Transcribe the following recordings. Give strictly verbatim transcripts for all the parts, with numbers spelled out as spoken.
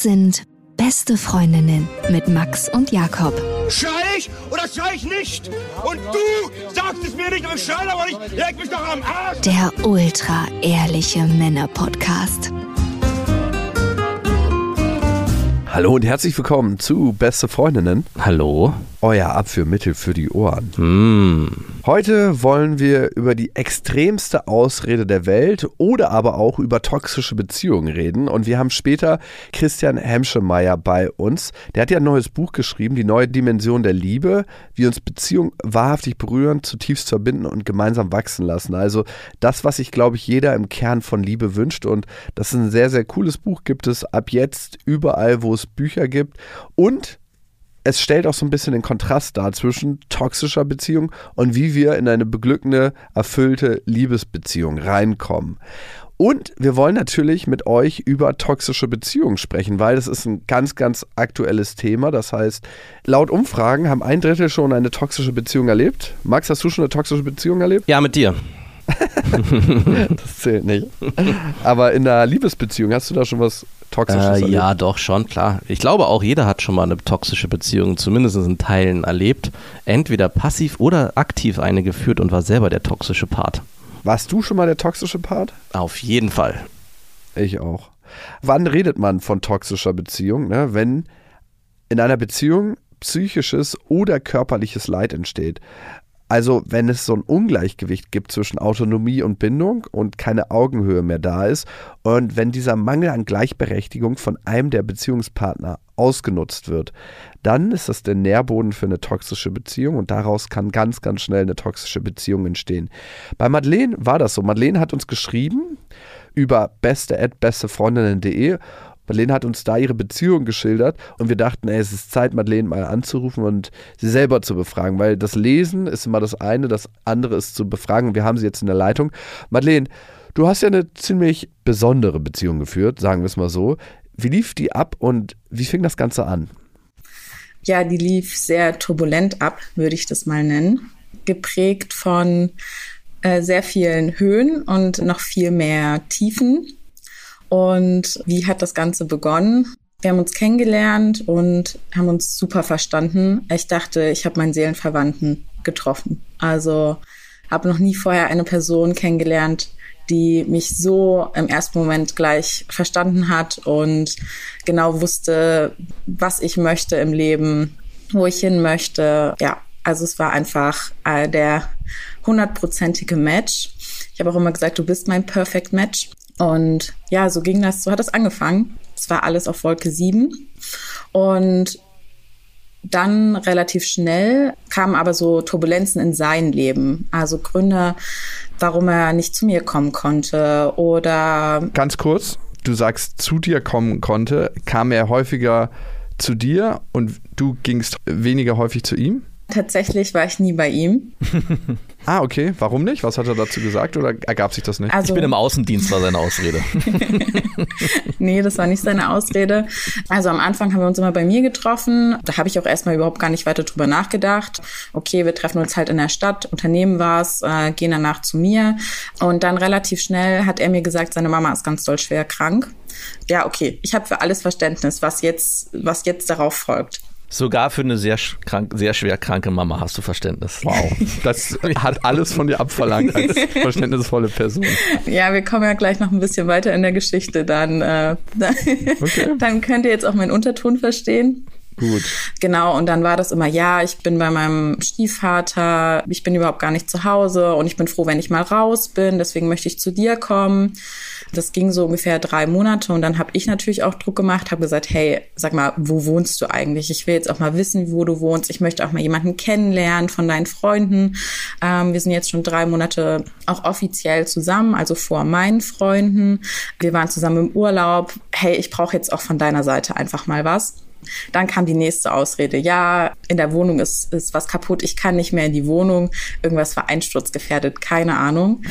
Das sind Beste Freundinnen mit Max und Jakob. Schrei ich oder schrei ich nicht? Und du sagst es mir nicht, aber ich schrei aber nicht. Leg mich doch am Arsch. Der ultra-ehrliche Männer-Podcast. Hallo und herzlich willkommen zu Beste Freundinnen. Hallo. Euer Abführmittel für die Ohren. Mm. Heute wollen wir über die extremste Ausrede der Welt oder aber auch über toxische Beziehungen reden. Und wir haben später Christian Hemschemeyer bei uns. Der hat ja ein neues Buch geschrieben, Die neue Dimension der Liebe, wie uns Beziehungen wahrhaftig berühren, zutiefst verbinden und gemeinsam wachsen lassen. Also das, was sich, glaube ich, jeder im Kern von Liebe wünscht. Und das ist ein sehr, sehr cooles Buch, gibt es ab jetzt überall, wo es Bücher gibt. Und es stellt auch so ein bisschen den Kontrast dar zwischen toxischer Beziehung und wie wir in eine beglückende, erfüllte Liebesbeziehung reinkommen. Und wir wollen natürlich mit euch über toxische Beziehungen sprechen, weil das ist ein ganz, ganz aktuelles Thema. Das heißt, laut Umfragen haben ein Drittel schon eine toxische Beziehung erlebt. Max, hast du schon eine toxische Beziehung erlebt? Ja, mit dir. Das zählt nicht. Aber in einer Liebesbeziehung, hast du da schon was Toxisches äh, erlebt? Ja, doch, schon, klar. Ich glaube auch, jeder hat schon mal eine toxische Beziehung, zumindest in Teilen erlebt. Entweder passiv oder aktiv eine geführt und war selber der toxische Part. Warst du schon mal der toxische Part? Auf jeden Fall. Ich auch. Wann redet man von toxischer Beziehung? Ne? Wenn in einer Beziehung psychisches oder körperliches Leid entsteht. Also wenn es so ein Ungleichgewicht gibt zwischen Autonomie und Bindung und keine Augenhöhe mehr da ist und wenn dieser Mangel an Gleichberechtigung von einem der Beziehungspartner ausgenutzt wird, dann ist das der Nährboden für eine toxische Beziehung und daraus kann ganz, ganz schnell eine toxische Beziehung entstehen. Bei Madeleine war das so. Madeleine hat uns geschrieben über beste at bestefreundinnen punkt de. Madeleine hat uns da ihre Beziehung geschildert und wir dachten, ey, es ist Zeit, Madeleine mal anzurufen und sie selber zu befragen, weil das Lesen ist immer das eine, das andere ist zu befragen und wir haben sie jetzt in der Leitung. Madeleine, du hast ja eine ziemlich besondere Beziehung geführt, sagen wir es mal so. Wie lief die ab und wie fing das Ganze an? Ja, die lief sehr turbulent ab, würde ich das mal nennen. Geprägt von äh, sehr vielen Höhen und noch viel mehr Tiefen. Und wie hat das Ganze begonnen? Wir haben uns kennengelernt und haben uns super verstanden. Ich dachte, ich habe meinen Seelenverwandten getroffen. Also habe noch nie vorher eine Person kennengelernt, die mich so im ersten Moment gleich verstanden hat und genau wusste, was ich möchte im Leben, wo ich hin möchte. Ja, also es war einfach äh, der hundertprozentige Match. Ich habe auch immer gesagt, du bist mein Perfect Match. Und ja, so ging das, so hat es angefangen. Es war alles auf Wolke sieben. Und dann relativ schnell kamen aber so Turbulenzen in sein Leben. Also Gründe, warum er nicht zu mir kommen konnte oder... Ganz kurz, du sagst, zu dir kommen konnte. Kam er häufiger zu dir und du gingst weniger häufig zu ihm? Tatsächlich war ich nie bei ihm. Ah, okay. Warum nicht? Was hat er dazu gesagt oder ergab sich das nicht? Also, ich bin im Außendienst, war seine Ausrede. Nee, das war nicht seine Ausrede. Also am Anfang haben wir uns immer bei mir getroffen. Da habe ich auch erstmal überhaupt gar nicht weiter drüber nachgedacht. Okay, wir treffen uns halt in der Stadt, unternehmen was, äh, gehen danach zu mir. Und dann relativ schnell hat er mir gesagt, seine Mama ist ganz doll schwer krank. Ja, okay. Ich habe für alles Verständnis, was jetzt, was jetzt darauf folgt. Sogar für eine sehr, krank, sehr schwer kranke Mama hast du Verständnis. Wow, das hat alles von dir abverlangt als verständnisvolle Person. Ja, wir kommen ja gleich noch ein bisschen weiter in der Geschichte. Dann, äh, okay. Dann könnt ihr jetzt auch meinen Unterton verstehen. Gut. Genau, und dann war das immer, ja, ich bin bei meinem Stiefvater, ich bin überhaupt gar nicht zu Hause und ich bin froh, wenn ich mal raus bin, deswegen möchte ich zu dir kommen. Das ging so ungefähr drei Monate und dann habe ich natürlich auch Druck gemacht, habe gesagt, hey, sag mal, wo wohnst du eigentlich? Ich will jetzt auch mal wissen, wo du wohnst. Ich möchte auch mal jemanden kennenlernen von deinen Freunden. Ähm, wir sind jetzt schon drei Monate auch offiziell zusammen, also vor meinen Freunden. Wir waren zusammen im Urlaub. Hey, ich brauche jetzt auch von deiner Seite einfach mal was. Dann kam die nächste Ausrede. Ja, in der Wohnung ist, ist was kaputt. Ich kann nicht mehr in die Wohnung. Irgendwas war einsturzgefährdet. Keine Ahnung.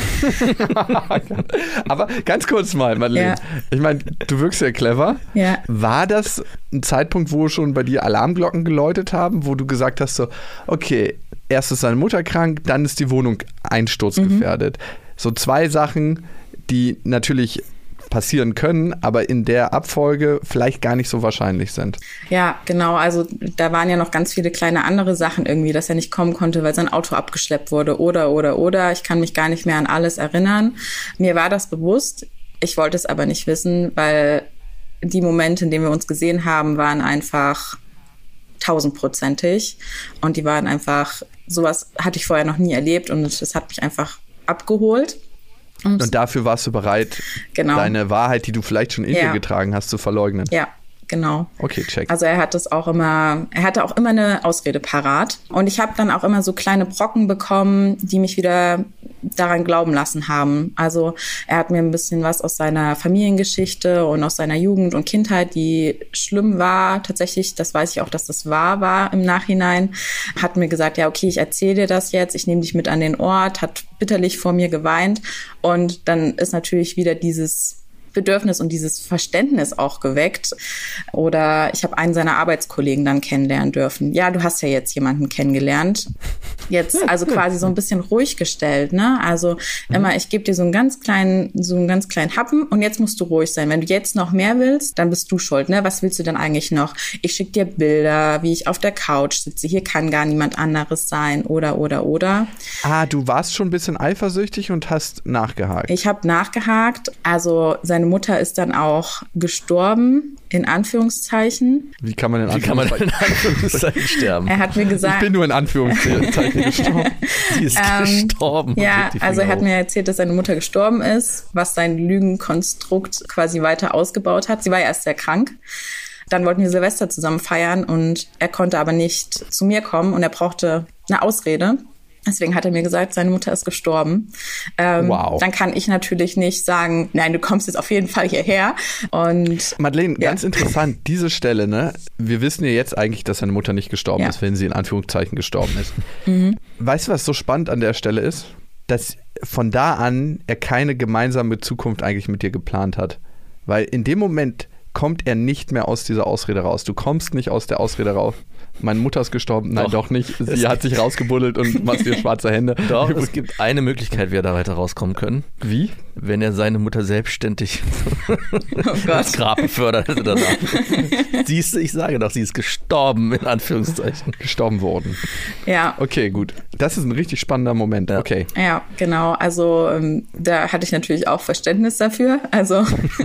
Aber ganz kurz mal, Madeleine. Ja. Ich meine, du wirkst ja clever. Ja. War das ein Zeitpunkt, wo schon bei dir Alarmglocken geläutet haben, wo du gesagt hast so, okay, erst ist seine Mutter krank, dann ist die Wohnung einsturzgefährdet. Mhm. So zwei Sachen, die natürlich passieren können, aber in der Abfolge vielleicht gar nicht so wahrscheinlich sind. Ja, genau. Also da waren ja noch ganz viele kleine andere Sachen irgendwie, dass er nicht kommen konnte, weil sein Auto abgeschleppt wurde oder, oder, oder. Ich kann mich gar nicht mehr an alles erinnern. Mir war das bewusst. Ich wollte es aber nicht wissen, weil die Momente, in denen wir uns gesehen haben, waren einfach tausendprozentig. Und die waren einfach, sowas hatte ich vorher noch nie erlebt und es hat mich einfach abgeholt. Und, und dafür warst du bereit, genau. deine Wahrheit, die du vielleicht schon in ja. dir getragen hast, zu verleugnen. Ja, genau. Okay, check. Also er hat das auch immer, er hatte auch immer eine Ausrede parat. Und ich habe dann auch immer so kleine Brocken bekommen, die mich wieder daran glauben lassen haben. Also er hat mir ein bisschen was aus seiner Familiengeschichte und aus seiner Jugend und Kindheit, die schlimm war. Tatsächlich, das weiß ich auch, dass das wahr war im Nachhinein. Hat mir gesagt, ja, okay, ich erzähle dir das jetzt, ich nehme dich mit an den Ort, hat bitterlich vor mir geweint. Und dann ist natürlich wieder dieses Bedürfnis und dieses Verständnis auch geweckt. Oder ich habe einen seiner Arbeitskollegen dann kennenlernen dürfen. Ja, du hast ja jetzt jemanden kennengelernt. Jetzt also quasi so ein bisschen ruhig gestellt, ne? Also immer, ich gebe dir so einen ganz kleinen, so einen ganz kleinen Happen und jetzt musst du ruhig sein. Wenn du jetzt noch mehr willst, dann bist du schuld, ne? Was willst du denn eigentlich noch? Ich schicke dir Bilder, wie ich auf der Couch sitze. Hier kann gar niemand anderes sein. Oder, oder, oder. Ah, du warst schon ein bisschen eifersüchtig und hast nachgehakt. Ich habe nachgehakt. Also sein Seine Mutter ist dann auch gestorben, in Anführungszeichen. Wie kann man in Wie kann man in Anführungszeichen sterben? Er hat mir gesagt... Ich bin nur in Anführungszeichen gestorben. Sie ist ähm, gestorben. Ja, also er hat mir erzählt, dass seine Mutter gestorben ist, was sein Lügenkonstrukt quasi weiter ausgebaut hat. Sie war ja erst sehr krank. Dann wollten wir Silvester zusammen feiern und er konnte aber nicht zu mir kommen und er brauchte eine Ausrede. Deswegen hat er mir gesagt, seine Mutter ist gestorben. Ähm, wow. Dann kann ich natürlich nicht sagen, nein, du kommst jetzt auf jeden Fall hierher. Und Madeleine, ja. ganz interessant, diese Stelle, ne? Wir wissen ja jetzt eigentlich, dass seine Mutter nicht gestorben ja. ist, wenn sie in Anführungszeichen gestorben ist. Mhm. Weißt du, was so spannend an der Stelle ist? Dass von da an er keine gemeinsame Zukunft eigentlich mit dir geplant hat. Weil in dem Moment kommt er nicht mehr aus dieser Ausrede raus. Du kommst nicht aus der Ausrede raus. Meine Mutter ist gestorben. Nein, doch, doch nicht. Sie es hat sich rausgebuddelt und macht dir schwarze Hände. Doch, es gibt eine Möglichkeit, wie er da weiter rauskommen können. Wie? Wenn er seine Mutter selbstständig oh ins Grab befördert hätte danach. Siehst du, ich sage doch, sie ist gestorben, in Anführungszeichen. Gestorben worden. Ja. Okay, gut. Das ist ein richtig spannender Moment. Ja. Okay. Ja, genau. Also ähm, da hatte ich natürlich auch Verständnis dafür. Also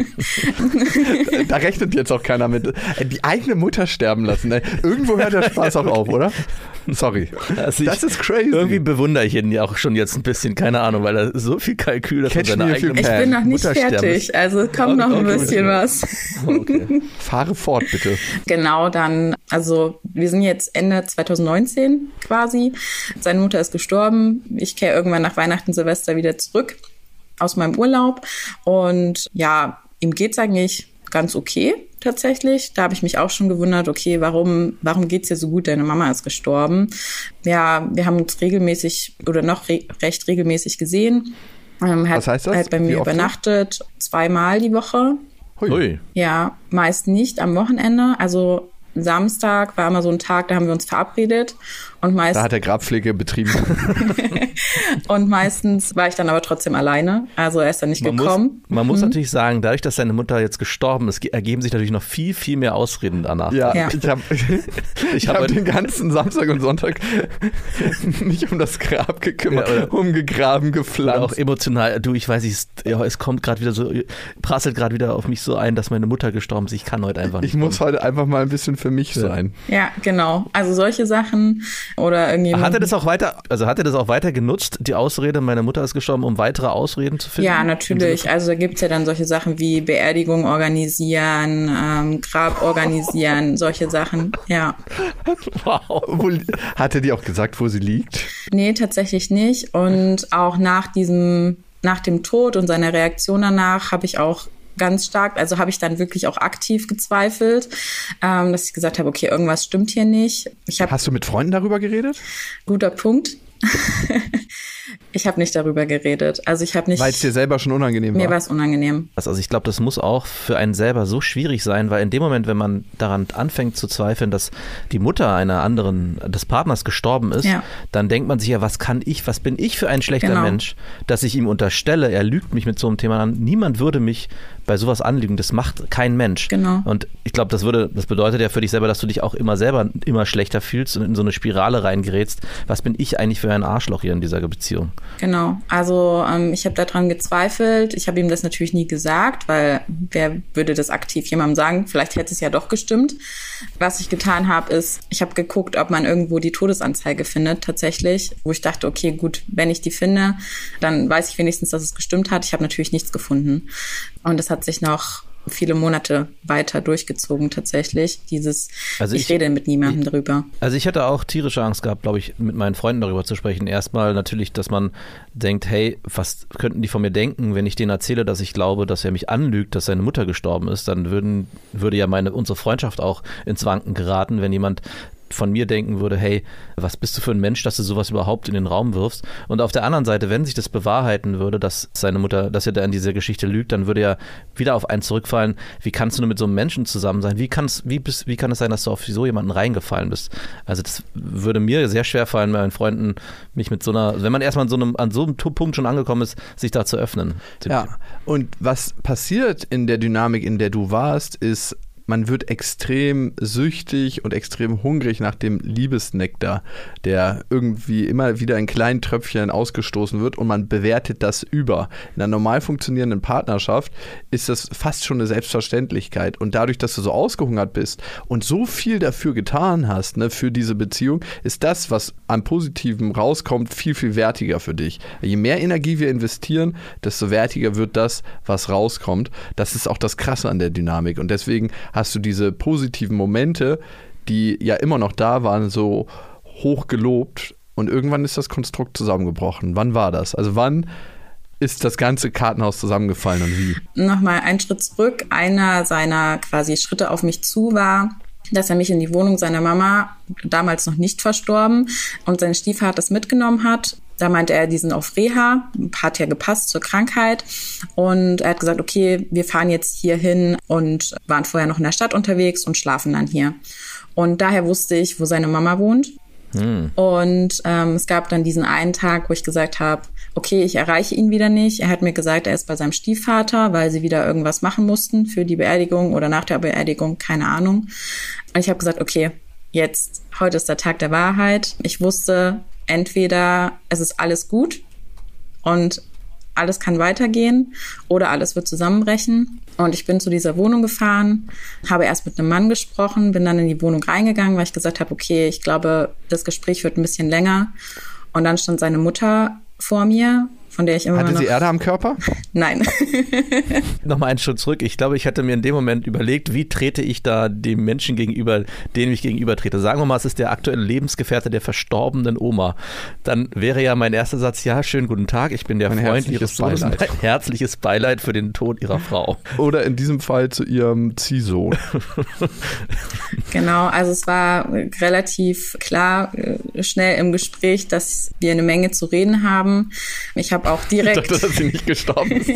da, da rechnet jetzt auch keiner mit. Die eigene Mutter sterben lassen. Irgendwo hört der Spaß auch auf, oder? Sorry. Also das ist crazy. Irgendwie bewundere ich ihn ja auch schon jetzt ein bisschen, keine Ahnung, weil da so viel Kalkül, dass Catch man seine eigene Ich bin noch nicht Mutter fertig, also kommt noch ein okay, bisschen okay. was. Okay. Fahre fort, bitte. Genau, dann, also wir sind jetzt Ende zwanzig neunzehn quasi. Seine Mutter ist gestorben. Ich kehre irgendwann nach Weihnachten, Silvester wieder zurück aus meinem Urlaub. Und ja, ihm geht's eigentlich ganz okay tatsächlich. Da habe ich mich auch schon gewundert, okay, warum, warum geht's dir so gut? Deine Mama ist gestorben. Ja, wir haben uns regelmäßig oder noch re- recht regelmäßig gesehen. Ähm, hat, Was heißt das? Hat bei mir übernachtet, zweimal die Woche. Hui. Ja, meist nicht am Wochenende. Also Samstag war immer so ein Tag, da haben wir uns verabredet. Und meist da hat er Grabpflege betrieben. Und meistens war ich dann aber trotzdem alleine. Also er ist dann nicht man gekommen. Muss, man mhm. muss natürlich sagen, dadurch, dass seine Mutter jetzt gestorben ist, ergeben sich natürlich noch viel, viel mehr Ausreden danach. Ja, ja. ich habe ich hab den ganzen Samstag und Sonntag mich um das Grab gekümmert, ja, umgegraben, gepflanzt. Auch emotional. Du, ich weiß nicht, es, ja, es kommt gerade wieder so, prasselt gerade wieder auf mich so ein, dass meine Mutter gestorben ist. Ich kann heute einfach nicht. Ich kommen. muss heute einfach mal ein bisschen für mich ja. sein. Ja, genau. Also solche Sachen oder irgendwie. Hat er das auch weiter, also hat er das auch weiter genutzt, die Ausrede, meine Mutter ist gestorben, um weitere Ausreden zu finden? Ja, natürlich. Also da gibt es ja dann solche Sachen wie Beerdigung organisieren, ähm, Grab organisieren, solche Sachen, ja. Wow. Hat er dir auch gesagt, wo sie liegt? Nee, tatsächlich nicht. Und auch nach diesem, nach dem Tod und seiner Reaktion danach habe ich auch ganz stark, also habe ich dann wirklich auch aktiv gezweifelt, ähm, dass ich gesagt habe, okay, irgendwas stimmt hier nicht. Ich hab, Hast du mit Freunden darüber geredet? Guter Punkt. Ich habe nicht darüber geredet. Also ich habe nicht. Weil es dir selber schon unangenehm war? Mir war es unangenehm. Also ich glaube, das muss auch für einen selber so schwierig sein, weil in dem Moment, wenn man daran anfängt zu zweifeln, dass die Mutter einer anderen, des Partners gestorben ist, ja. dann denkt man sich ja, was kann ich, was bin ich für ein schlechter genau. Mensch, dass ich ihm unterstelle, er lügt mich mit so einem Thema an. Niemand würde mich bei sowas anlügen. Das macht kein Mensch. Genau. Und ich glaube, das würde, das bedeutet ja für dich selber, dass du dich auch immer selber immer schlechter fühlst und in so eine Spirale reingerätst. Was bin ich eigentlich für ein Arschloch hier in dieser Beziehung? Genau. Also ähm, ich habe daran gezweifelt. Ich habe ihm das natürlich nie gesagt, weil wer würde das aktiv jemandem sagen? Vielleicht hätte es ja doch gestimmt. Was ich getan habe, ist, ich habe geguckt, ob man irgendwo die Todesanzeige findet tatsächlich, wo ich dachte, okay, gut, wenn ich die finde, dann weiß ich wenigstens, dass es gestimmt hat. Ich habe natürlich nichts gefunden. Und das hat sich noch viele Monate weiter durchgezogen tatsächlich. Dieses, also ich, ich rede mit niemandem ich, darüber. Also ich hätte auch tierische Angst gehabt, glaube ich, mit meinen Freunden darüber zu sprechen. Erstmal natürlich, dass man denkt, hey, was könnten die von mir denken, wenn ich denen erzähle, dass ich glaube, dass er mich anlügt, dass seine Mutter gestorben ist, dann würden, würde ja meine unsere Freundschaft auch ins Wanken geraten, wenn jemand von mir denken würde, hey, was bist du für ein Mensch, dass du sowas überhaupt in den Raum wirfst? Und auf der anderen Seite, wenn sich das bewahrheiten würde, dass seine Mutter, dass er da in dieser Geschichte lügt, dann würde er wieder auf einen zurückfallen, wie kannst du nur mit so einem Menschen zusammen sein? Wie, kann's, wie, bist, wie kann es sein, dass du auf so jemanden reingefallen bist? Also das würde mir sehr schwer fallen, bei meinen Freunden, mich mit so einer, wenn man erstmal an so einem, an so einem Punkt schon angekommen ist, sich da zu öffnen. Ja, und was passiert in der Dynamik, in der du warst, ist, man wird extrem süchtig und extrem hungrig nach dem Liebesnektar, der irgendwie immer wieder in kleinen Tröpfchen ausgestoßen wird und man bewertet das über. In einer normal funktionierenden Partnerschaft ist das fast schon eine Selbstverständlichkeit und dadurch, dass du so ausgehungert bist und so viel dafür getan hast, ne, für diese Beziehung, ist das, was an Positivem rauskommt, viel, viel wertiger für dich. Je mehr Energie wir investieren, desto wertiger wird das, was rauskommt. Das ist auch das Krasse an der Dynamik und deswegen hast du diese positiven Momente, die ja immer noch da waren, so hoch gelobt und irgendwann ist das Konstrukt zusammengebrochen. Wann war das? Also wann ist das ganze Kartenhaus zusammengefallen und wie? Nochmal einen Schritt zurück. Einer seiner quasi Schritte auf mich zu war, dass er mich in die Wohnung seiner Mama, damals noch nicht verstorben, und sein Stiefvater das mitgenommen hat. Da meinte er, die sind auf Reha, hat ja gepasst zur Krankheit. Und er hat gesagt, okay, wir fahren jetzt hier hin und waren vorher noch in der Stadt unterwegs und schlafen dann hier. Und daher wusste ich, wo seine Mama wohnt. Hm. Und ähm, es gab dann diesen einen Tag, wo ich gesagt habe, okay, ich erreiche ihn wieder nicht. Er hat mir gesagt, er ist bei seinem Stiefvater, weil sie wieder irgendwas machen mussten für die Beerdigung oder nach der Beerdigung, keine Ahnung. Und ich habe gesagt, okay, jetzt, heute ist der Tag der Wahrheit. Ich wusste, entweder es ist alles gut und alles kann weitergehen oder alles wird zusammenbrechen. Und ich bin zu dieser Wohnung gefahren, habe erst mit einem Mann gesprochen, bin dann in die Wohnung reingegangen, weil ich gesagt habe, okay, ich glaube, das Gespräch wird ein bisschen länger. Und dann stand seine Mutter vor mir, von der ich immer Hatte noch... sie Erde am Körper? Nein. Nochmal einen Schritt zurück. Ich glaube, ich hatte mir in dem Moment überlegt, wie trete ich da dem Menschen gegenüber, denen ich gegenüber trete. Sagen wir mal, es ist der aktuelle Lebensgefährte der verstorbenen Oma. Dann wäre ja mein erster Satz, ja, schönen guten Tag, ich bin der mein Freund Ihres Sohnes. Mein herzliches Beileid für den Tod Ihrer Frau. Oder in diesem Fall zu Ihrem Ziehsohn. Genau, also es war relativ klar, schnell im Gespräch, dass wir eine Menge zu reden haben. Ich habe auch direkt... Ich dachte, dass sie nicht gestorben ist.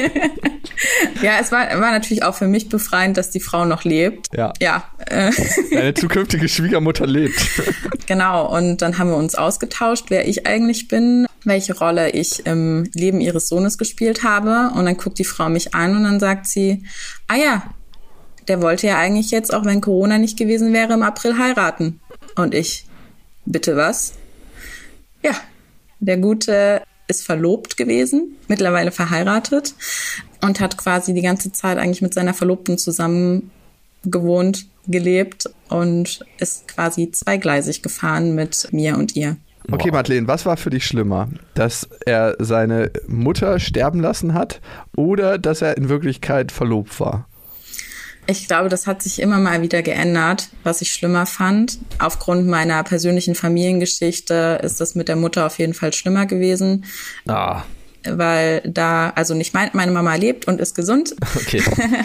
Ja, es war, war natürlich auch für mich befreiend, dass die Frau noch lebt. Ja. Ja. Deine zukünftige Schwiegermutter lebt. Genau, und dann haben wir uns ausgetauscht, wer ich eigentlich bin, welche Rolle ich im Leben ihres Sohnes gespielt habe. Und dann guckt die Frau mich an und dann sagt sie, ah ja, der wollte ja eigentlich jetzt, auch wenn Corona nicht gewesen wäre, im April heiraten. Und ich, bitte was? Ja, der Gute ist verlobt gewesen, mittlerweile verheiratet und hat quasi die ganze Zeit eigentlich mit seiner Verlobten zusammen gewohnt, gelebt und ist quasi zweigleisig gefahren mit mir und ihr. Okay, Madeleine, was war für dich schlimmer? Dass er seine Mutter sterben lassen hat oder dass er in Wirklichkeit verlobt war? Ich glaube, das hat sich immer mal wieder geändert, was ich schlimmer fand. Aufgrund meiner persönlichen Familiengeschichte ist das mit der Mutter auf jeden Fall schlimmer gewesen. Ah. weil da, also nicht mein, meine Mama lebt und ist gesund. Okay.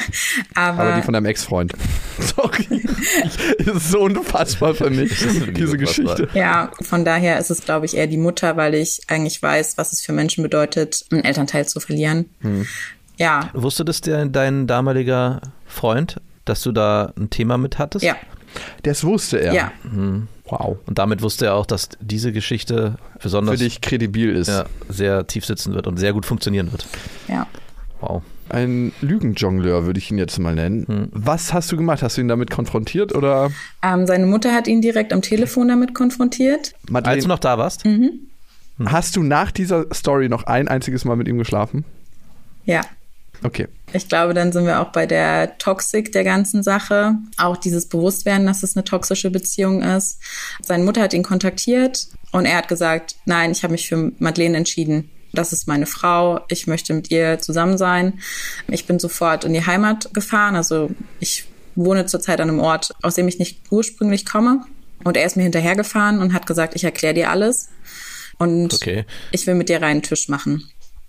aber, aber die von deinem Ex-Freund. Sorry. Das ist so unfassbar für mich, diese Geschichte. Ja, von daher ist es, glaube ich, eher die Mutter, weil ich eigentlich weiß, was es für Menschen bedeutet, einen Elternteil zu verlieren. Hm. Ja. Wusste das der, dein damaliger Freund, dass du da ein Thema mit hattest? Ja. Das wusste er? Ja. Hm. Wow. Und damit wusste er auch, dass diese Geschichte besonders für dich kredibil ist. Ja, sehr tief sitzen wird und sehr gut funktionieren wird. Ja. Wow. Ein Lügenjongleur würde ich ihn jetzt mal nennen. Hm. Was hast du gemacht? Hast du ihn damit konfrontiert oder? Ähm, seine Mutter hat ihn direkt am Telefon damit konfrontiert. Madeleine, als du noch da warst? Mhm. Hast du nach dieser Story noch ein einziges Mal mit ihm geschlafen? Ja. Okay. Ich glaube, dann sind wir auch bei der Toxik der ganzen Sache. Auch dieses Bewusstwerden, dass es eine toxische Beziehung ist. Seine Mutter hat ihn kontaktiert und er hat gesagt, nein, ich habe mich für Madeleine entschieden. Das ist meine Frau, ich möchte mit ihr zusammen sein. Ich bin sofort in die Heimat gefahren. Also ich wohne zurzeit an einem Ort, aus dem ich nicht ursprünglich komme. Und er ist mir hinterhergefahren und hat gesagt, ich erkläre dir alles. Und okay. ich will mit dir reinen Tisch machen.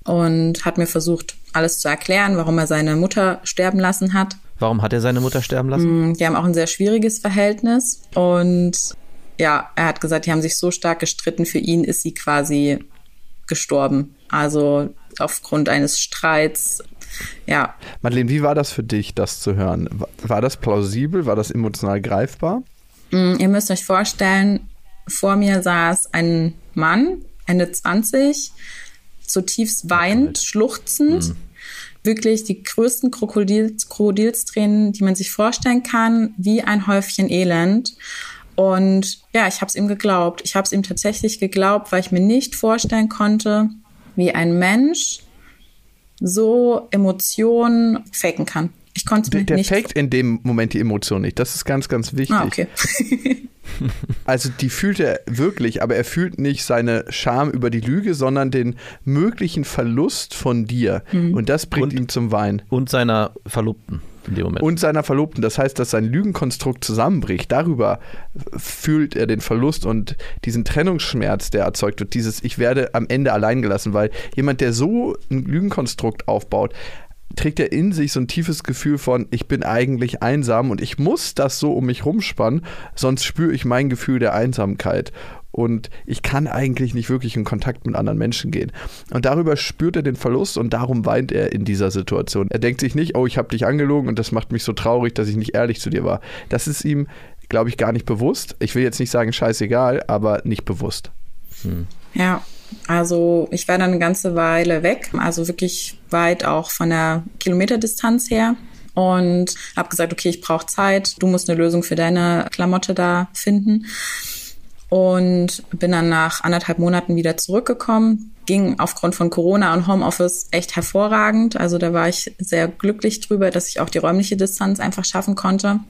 Und hat mir versucht, alles zu erklären, warum er seine Mutter sterben lassen hat. Warum hat er seine Mutter sterben lassen? Die haben auch ein sehr schwieriges Verhältnis. Und ja, er hat gesagt, die haben sich so stark gestritten. Für ihn ist sie quasi gestorben. Also aufgrund eines Streits. Ja. Madeleine, wie war das für dich, das zu hören? War das plausibel? War das emotional greifbar? Ihr müsst euch vorstellen, vor mir saß ein Mann, Ende zwanzig, zutiefst weinend, schluchzend. Mhm. Wirklich die größten Krokodils, Krokodilstränen, die man sich vorstellen kann, wie ein Häufchen Elend. Und ja, ich habe es ihm geglaubt. Ich habe es ihm tatsächlich geglaubt, weil ich mir nicht vorstellen konnte, wie ein Mensch so Emotionen faken kann. Ich konnte mir der nicht... Der faked in dem Moment die Emotion nicht. Das ist ganz, ganz wichtig. Ah, okay. Also die fühlt er wirklich, aber er fühlt nicht seine Scham über die Lüge, sondern den möglichen Verlust von dir. Mhm. Und das bringt und, ihn zum Weinen. Und seiner Verlobten in dem Moment. Und seiner Verlobten. Das heißt, dass sein Lügenkonstrukt zusammenbricht. Darüber fühlt er den Verlust und diesen Trennungsschmerz, der erzeugt wird. Dieses, ich werde am Ende allein gelassen, weil jemand, der so ein Lügenkonstrukt aufbaut, trägt er in sich so ein tiefes Gefühl von, ich bin eigentlich einsam und ich muss das so um mich rumspannen, sonst spüre ich mein Gefühl der Einsamkeit und ich kann eigentlich nicht wirklich in Kontakt mit anderen Menschen gehen. Und darüber spürt er den Verlust und darum weint er in dieser Situation. Er denkt sich nicht, oh, ich habe dich angelogen und das macht mich so traurig, dass ich nicht ehrlich zu dir war. Das ist ihm, glaube ich, gar nicht bewusst. Ich will jetzt nicht sagen scheißegal, aber nicht bewusst. Hm. Ja. Also ich war dann eine ganze Weile weg, also wirklich weit auch von der Kilometerdistanz her und habe gesagt, okay, ich brauche Zeit, du musst eine Lösung für deine Klamotte da finden und bin dann nach anderthalb Monaten wieder zurückgekommen, ging aufgrund von Corona und Homeoffice echt hervorragend, also da war ich sehr glücklich drüber, dass ich auch die räumliche Distanz einfach schaffen konnte.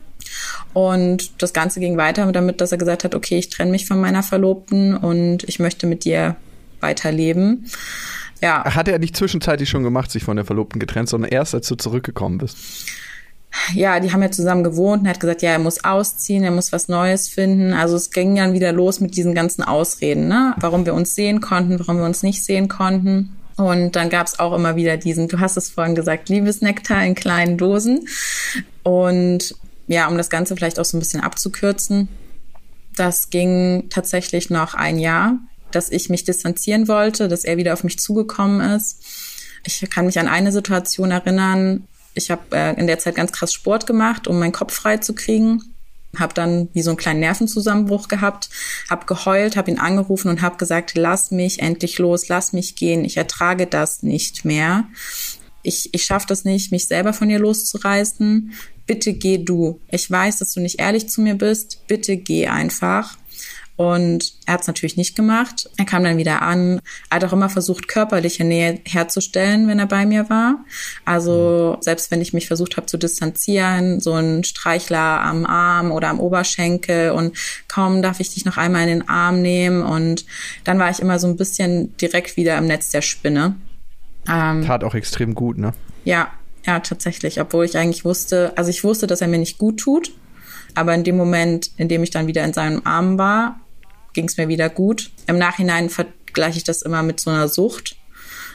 Und das Ganze ging weiter damit, dass er gesagt hat, okay, ich trenne mich von meiner Verlobten und ich möchte mit dir weiterleben. Ja. Hat er nicht zwischenzeitlich schon gemacht, sich von der Verlobten getrennt, sondern erst, als du zurückgekommen bist? Ja, die haben ja zusammen gewohnt und er hat gesagt, ja, er muss ausziehen, er muss was Neues finden. Also es ging dann wieder los mit diesen ganzen Ausreden, ne? Warum wir uns sehen konnten, warum wir uns nicht sehen konnten. Und dann gab es auch immer wieder diesen, du hast es vorhin gesagt, Liebesnektar in kleinen Dosen. Und ja, um das Ganze vielleicht auch so ein bisschen abzukürzen, das ging tatsächlich noch ein Jahr, dass ich mich distanzieren wollte, dass er wieder auf mich zugekommen ist. Ich kann mich an eine Situation erinnern, ich habe äh, in der Zeit ganz krass Sport gemacht, um meinen Kopf frei zu kriegen. Habe dann wie so einen kleinen Nervenzusammenbruch gehabt, habe geheult, habe ihn angerufen und habe gesagt, lass mich endlich los, lass mich gehen, ich ertrage das nicht mehr. Ich, ich schaffe das nicht, mich selber von ihr loszureißen. Bitte geh du. Ich weiß, dass du nicht ehrlich zu mir bist. Bitte geh einfach. Und er hat es natürlich nicht gemacht. Er kam dann wieder an. Er hat auch immer versucht, körperliche Nähe herzustellen, wenn er bei mir war. Also selbst wenn ich mich versucht habe zu distanzieren, so ein Streichler am Arm oder am Oberschenkel und kaum darf ich dich noch einmal in den Arm nehmen. Und dann war ich immer so ein bisschen direkt wieder im Netz der Spinne. Ähm, Tat auch extrem gut, ne? Ja, ja, tatsächlich. Obwohl ich eigentlich wusste, also ich wusste, dass er mir nicht gut tut. Aber in dem Moment, in dem ich dann wieder in seinem Arm war, ging es mir wieder gut. Im Nachhinein vergleiche ich das immer mit so einer Sucht.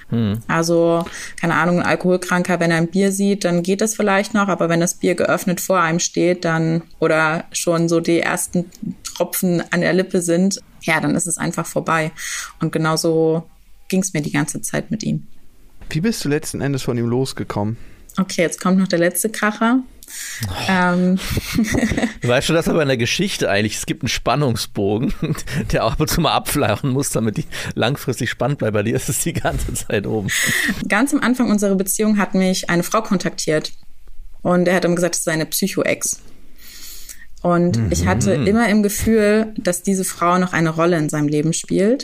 Hm. Also, keine Ahnung, ein Alkoholkranker, wenn er ein Bier sieht, dann geht das vielleicht noch, aber wenn das Bier geöffnet vor einem steht, dann oder schon so die ersten Tropfen an der Lippe sind, ja, dann ist es einfach vorbei. Und genauso ging es mir die ganze Zeit mit ihm. Wie bist du letzten Endes von ihm losgekommen? Okay, jetzt kommt noch der letzte Kracher. Oh. Ähm. Du weißt schon, dass aber in der Geschichte eigentlich, es gibt einen Spannungsbogen, der auch ab und zu mal abflachen muss, damit die langfristig spannend bleibt. Bei dir ist es die ganze Zeit oben. Ganz am Anfang unserer Beziehung hat mich eine Frau kontaktiert und er hat immer gesagt, das ist seine Psycho-Ex. Und mhm. ich hatte immer im Gefühl, dass diese Frau noch eine Rolle in seinem Leben spielt.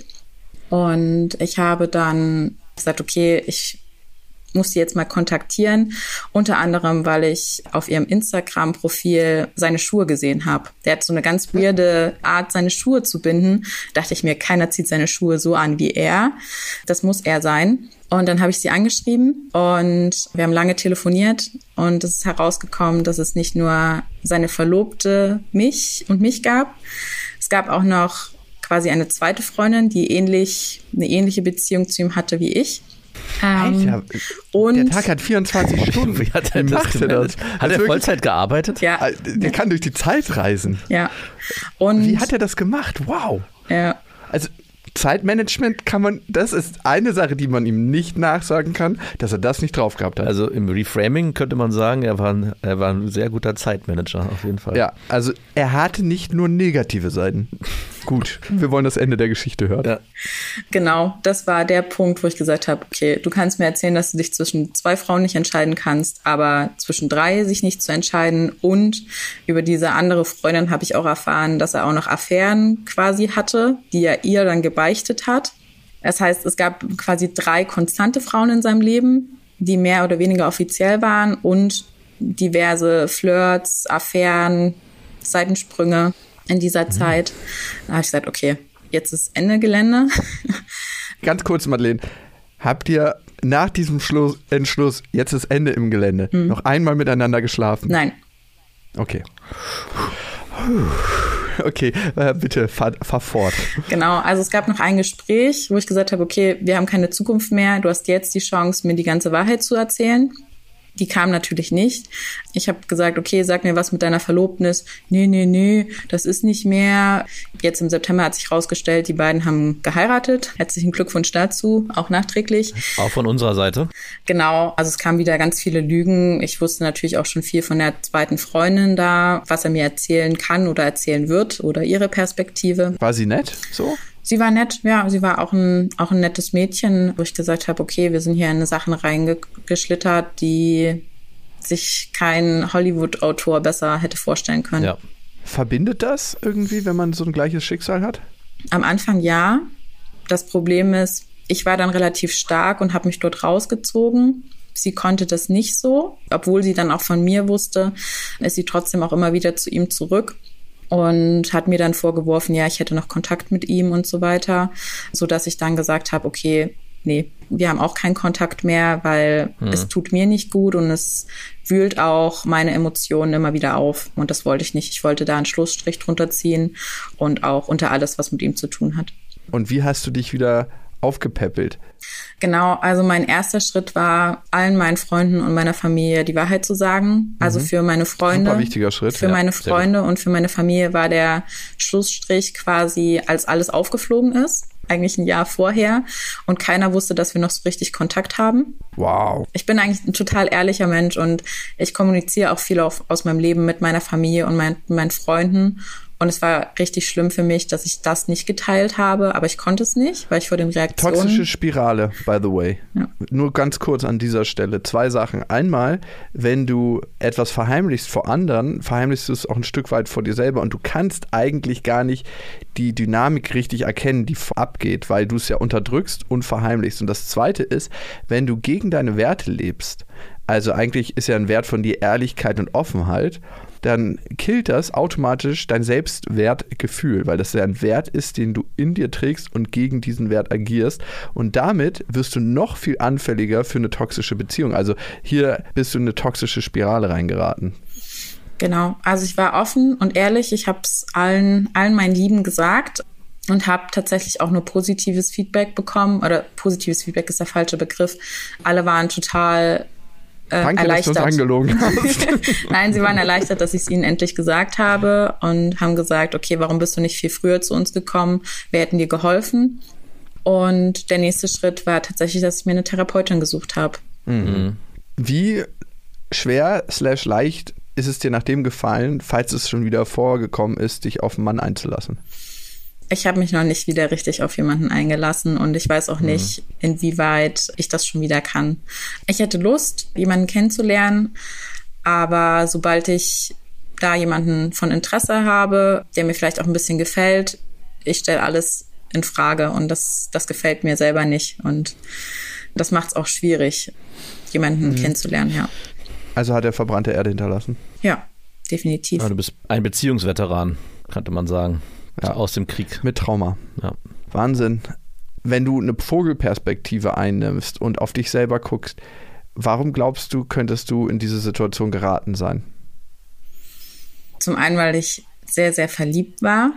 Und ich habe dann gesagt, okay, ich muss sie jetzt mal kontaktieren, unter anderem, weil ich auf ihrem Instagram-Profil seine Schuhe gesehen habe. Der hat so eine ganz weirde Art, seine Schuhe zu binden. Dachte ich mir, keiner zieht seine Schuhe so an wie er. Das muss er sein. Und dann habe ich sie angeschrieben und wir haben lange telefoniert und es ist herausgekommen, dass es nicht nur seine Verlobte mich und mich gab. Es gab auch noch quasi eine zweite Freundin, die ähnlich eine ähnliche Beziehung zu ihm hatte wie ich. Ähm, Alter, und der Tag hat vierundzwanzig Stunden. Wie hat er das gemeldet? Hat er Vollzeit gearbeitet? Ja. Der kann durch die Zeit reisen. Ja. Und wie hat er das gemacht? Wow. Ja. Also Zeitmanagement kann man, das ist eine Sache, die man ihm nicht nachsagen kann, dass er das nicht drauf gehabt hat. Also im Reframing könnte man sagen, er war ein, er war ein sehr guter Zeitmanager, auf jeden Fall. Ja, also er hatte nicht nur negative Seiten. Gut, wir wollen das Ende der Geschichte hören. Ja. Genau, das war der Punkt, wo ich gesagt habe, okay, du kannst mir erzählen, dass du dich zwischen zwei Frauen nicht entscheiden kannst, aber zwischen drei sich nicht zu entscheiden. Und über diese andere Freundin habe ich auch erfahren, dass er auch noch Affären quasi hatte, die er ihr dann gebeichtet hat. Das heißt, es gab quasi drei konstante Frauen in seinem Leben, die mehr oder weniger offiziell waren und diverse Flirts, Affären, Seitensprünge in dieser Zeit. Da habe ich gesagt, okay, jetzt ist Ende Gelände. Ganz kurz, Madeleine, habt ihr nach diesem Schluss, Entschluss, jetzt ist Ende im Gelände, mhm. noch einmal miteinander geschlafen? Nein. Okay. Okay, äh, bitte fahr, fahr fort. Genau, also es gab noch ein Gespräch, wo ich gesagt habe, okay, wir haben keine Zukunft mehr, du hast jetzt die Chance, mir die ganze Wahrheit zu erzählen. Die kam natürlich nicht. Ich habe gesagt, okay, sag mir was mit deiner Verlobten ist. Nee, nee, nee, das ist nicht mehr. Jetzt im September hat sich rausgestellt, die beiden haben geheiratet. Herzlichen Glückwunsch dazu, auch nachträglich. Auch von unserer Seite. Genau, also es kamen wieder ganz viele Lügen. Ich wusste natürlich auch schon viel von der zweiten Freundin da, was er mir erzählen kann oder erzählen wird oder ihre Perspektive. War sie nett so? Sie war nett, ja, sie war auch ein, auch ein nettes Mädchen, wo ich gesagt habe, okay, wir sind hier in Sachen reingeschlittert, die sich kein Hollywood-Autor besser hätte vorstellen können. Ja. Verbindet das irgendwie, wenn man so ein gleiches Schicksal hat? Am Anfang ja. Das Problem ist, ich war dann relativ stark und habe mich dort rausgezogen. Sie konnte das nicht so. Obwohl sie dann auch von mir wusste, ist sie trotzdem auch immer wieder zu ihm zurück. Und hat mir dann vorgeworfen, ja, ich hätte noch Kontakt mit ihm und so weiter, so dass ich dann gesagt habe, okay, nee, wir haben auch keinen Kontakt mehr, weil hm. es tut mir nicht gut und es wühlt auch meine Emotionen immer wieder auf und das wollte ich nicht. Ich wollte da einen Schlussstrich drunter ziehen und auch unter alles, was mit ihm zu tun hat. Und wie hast du dich wieder aufgepäppelt? Genau, also mein erster Schritt war, allen meinen Freunden und meiner Familie die Wahrheit zu sagen. Also für meine Freunde, super wichtiger Schritt. Für ja, meine Freunde und für meine Familie war der Schlussstrich quasi, als alles aufgeflogen ist. Eigentlich ein Jahr vorher. Und keiner wusste, dass wir noch so richtig Kontakt haben. Wow. Ich bin eigentlich ein total ehrlicher Mensch und ich kommuniziere auch viel auf, aus meinem Leben mit meiner Familie und mein, meinen Freunden. Und es war richtig schlimm für mich, dass ich das nicht geteilt habe, aber ich konnte es nicht, weil ich vor den Reaktionen... Toxische Spirale, by the way. Ja. Nur ganz kurz an dieser Stelle. Zwei Sachen. Einmal, wenn du etwas verheimlichst vor anderen, verheimlichst du es auch ein Stück weit vor dir selber und du kannst eigentlich gar nicht die Dynamik richtig erkennen, die abgeht, weil du es ja unterdrückst und verheimlichst. Und das Zweite ist, wenn du gegen deine Werte lebst, also eigentlich ist ja ein Wert von dir Ehrlichkeit und Offenheit, dann killt das automatisch dein Selbstwertgefühl, weil das ja ein Wert ist, den du in dir trägst und gegen diesen Wert agierst. Und damit wirst du noch viel anfälliger für eine toxische Beziehung. Also hier bist du in eine toxische Spirale reingeraten. Genau, also ich war offen und ehrlich. Ich habe es allen, allen meinen Lieben gesagt. und habe tatsächlich auch nur positives Feedback bekommen. Oder positives Feedback ist der falsche Begriff. Alle waren total äh, Danke, erleichtert. dass du uns angelogen hast. Nein, sie waren erleichtert, dass ich es ihnen endlich gesagt habe und haben gesagt, okay, warum bist du nicht viel früher zu uns gekommen? Wir hätten dir geholfen. Und der nächste Schritt war tatsächlich, dass ich mir eine Therapeutin gesucht habe. Mhm. Wie schwer slash leicht ist es dir nach dem gefallen, falls es schon wieder vorgekommen ist, dich auf einen Mann einzulassen? Ich habe mich noch nicht wieder richtig auf jemanden eingelassen und ich weiß auch nicht, inwieweit ich das schon wieder kann. Ich hätte Lust, jemanden kennenzulernen, aber sobald ich da jemanden von Interesse habe, der mir vielleicht auch ein bisschen gefällt, ich stelle alles in Frage und das, das gefällt mir selber nicht und das macht es auch schwierig, jemanden mhm. kennenzulernen, ja. Also hat er verbrannte Erde hinterlassen? Ja, definitiv. Ja, du bist ein Beziehungsveteran, könnte man sagen. Ja. Aus dem Krieg. Mit Trauma. Ja. Wahnsinn. Wenn du eine Vogelperspektive einnimmst und auf dich selber guckst, warum glaubst du, könntest du in diese Situation geraten sein? Zum einen, weil ich sehr, sehr verliebt war.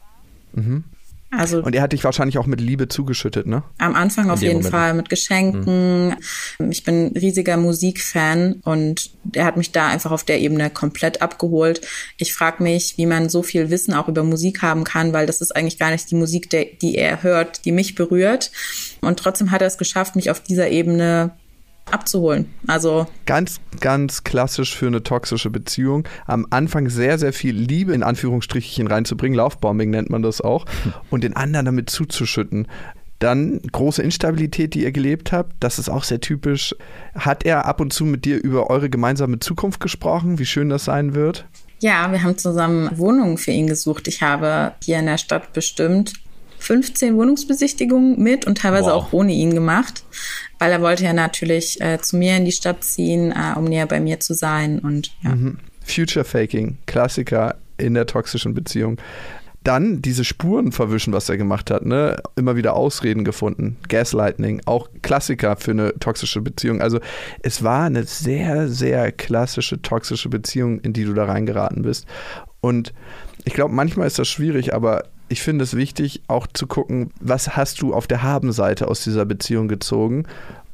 Mhm. Also und er hat dich wahrscheinlich auch mit Liebe zugeschüttet, ne? Am Anfang auf jeden Moment. Fall mit Geschenken. Mhm. Ich bin ein riesiger Musikfan und er hat mich da einfach auf der Ebene komplett abgeholt. Ich frage mich, wie man so viel Wissen auch über Musik haben kann, weil das ist eigentlich gar nicht die Musik, der, die er hört, die mich berührt. Und trotzdem hat er es geschafft, mich auf dieser Ebene abzuholen. Also ganz, ganz klassisch für eine toxische Beziehung. Am Anfang sehr, sehr viel Liebe in Anführungsstrichen reinzubringen, Lovebombing nennt man das auch, und den anderen damit zuzuschütten. Dann große Instabilität, die ihr gelebt habt, das ist auch sehr typisch. Hat er ab und zu mit dir über eure gemeinsame Zukunft gesprochen, wie schön das sein wird? Ja, wir haben zusammen Wohnungen für ihn gesucht. Ich habe hier in der Stadt bestimmt fünfzehn Wohnungsbesichtigungen mit und teilweise wow. auch ohne ihn gemacht, weil er wollte ja natürlich äh, zu mir in die Stadt ziehen, äh, um näher bei mir zu sein. Und ja. Mhm. Future Faking, Klassiker in der toxischen Beziehung. Dann diese Spuren verwischen, was er gemacht hat, ne? Immer wieder Ausreden gefunden. Gaslighting, auch Klassiker für eine toxische Beziehung. Also es war eine sehr, sehr klassische toxische Beziehung, in die du da reingeraten bist. Und ich glaube, manchmal ist das schwierig, aber ich finde es wichtig, auch zu gucken, was hast du auf der Habenseite aus dieser Beziehung gezogen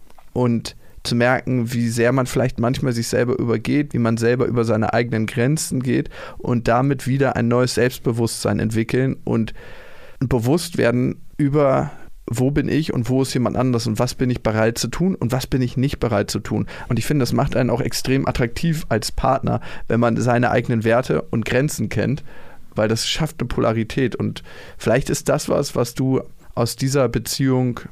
und zu merken, wie sehr man vielleicht manchmal sich selber übergeht, wie man selber über seine eigenen Grenzen geht und damit wieder ein neues Selbstbewusstsein entwickeln und bewusst werden über, wo bin ich und wo ist jemand anderes und was bin ich bereit zu tun und was bin ich nicht bereit zu tun. Und ich finde, das macht einen auch extrem attraktiv als Partner, wenn man seine eigenen Werte und Grenzen kennt, weil das schafft eine Polarität und vielleicht ist das was, was du aus dieser Beziehung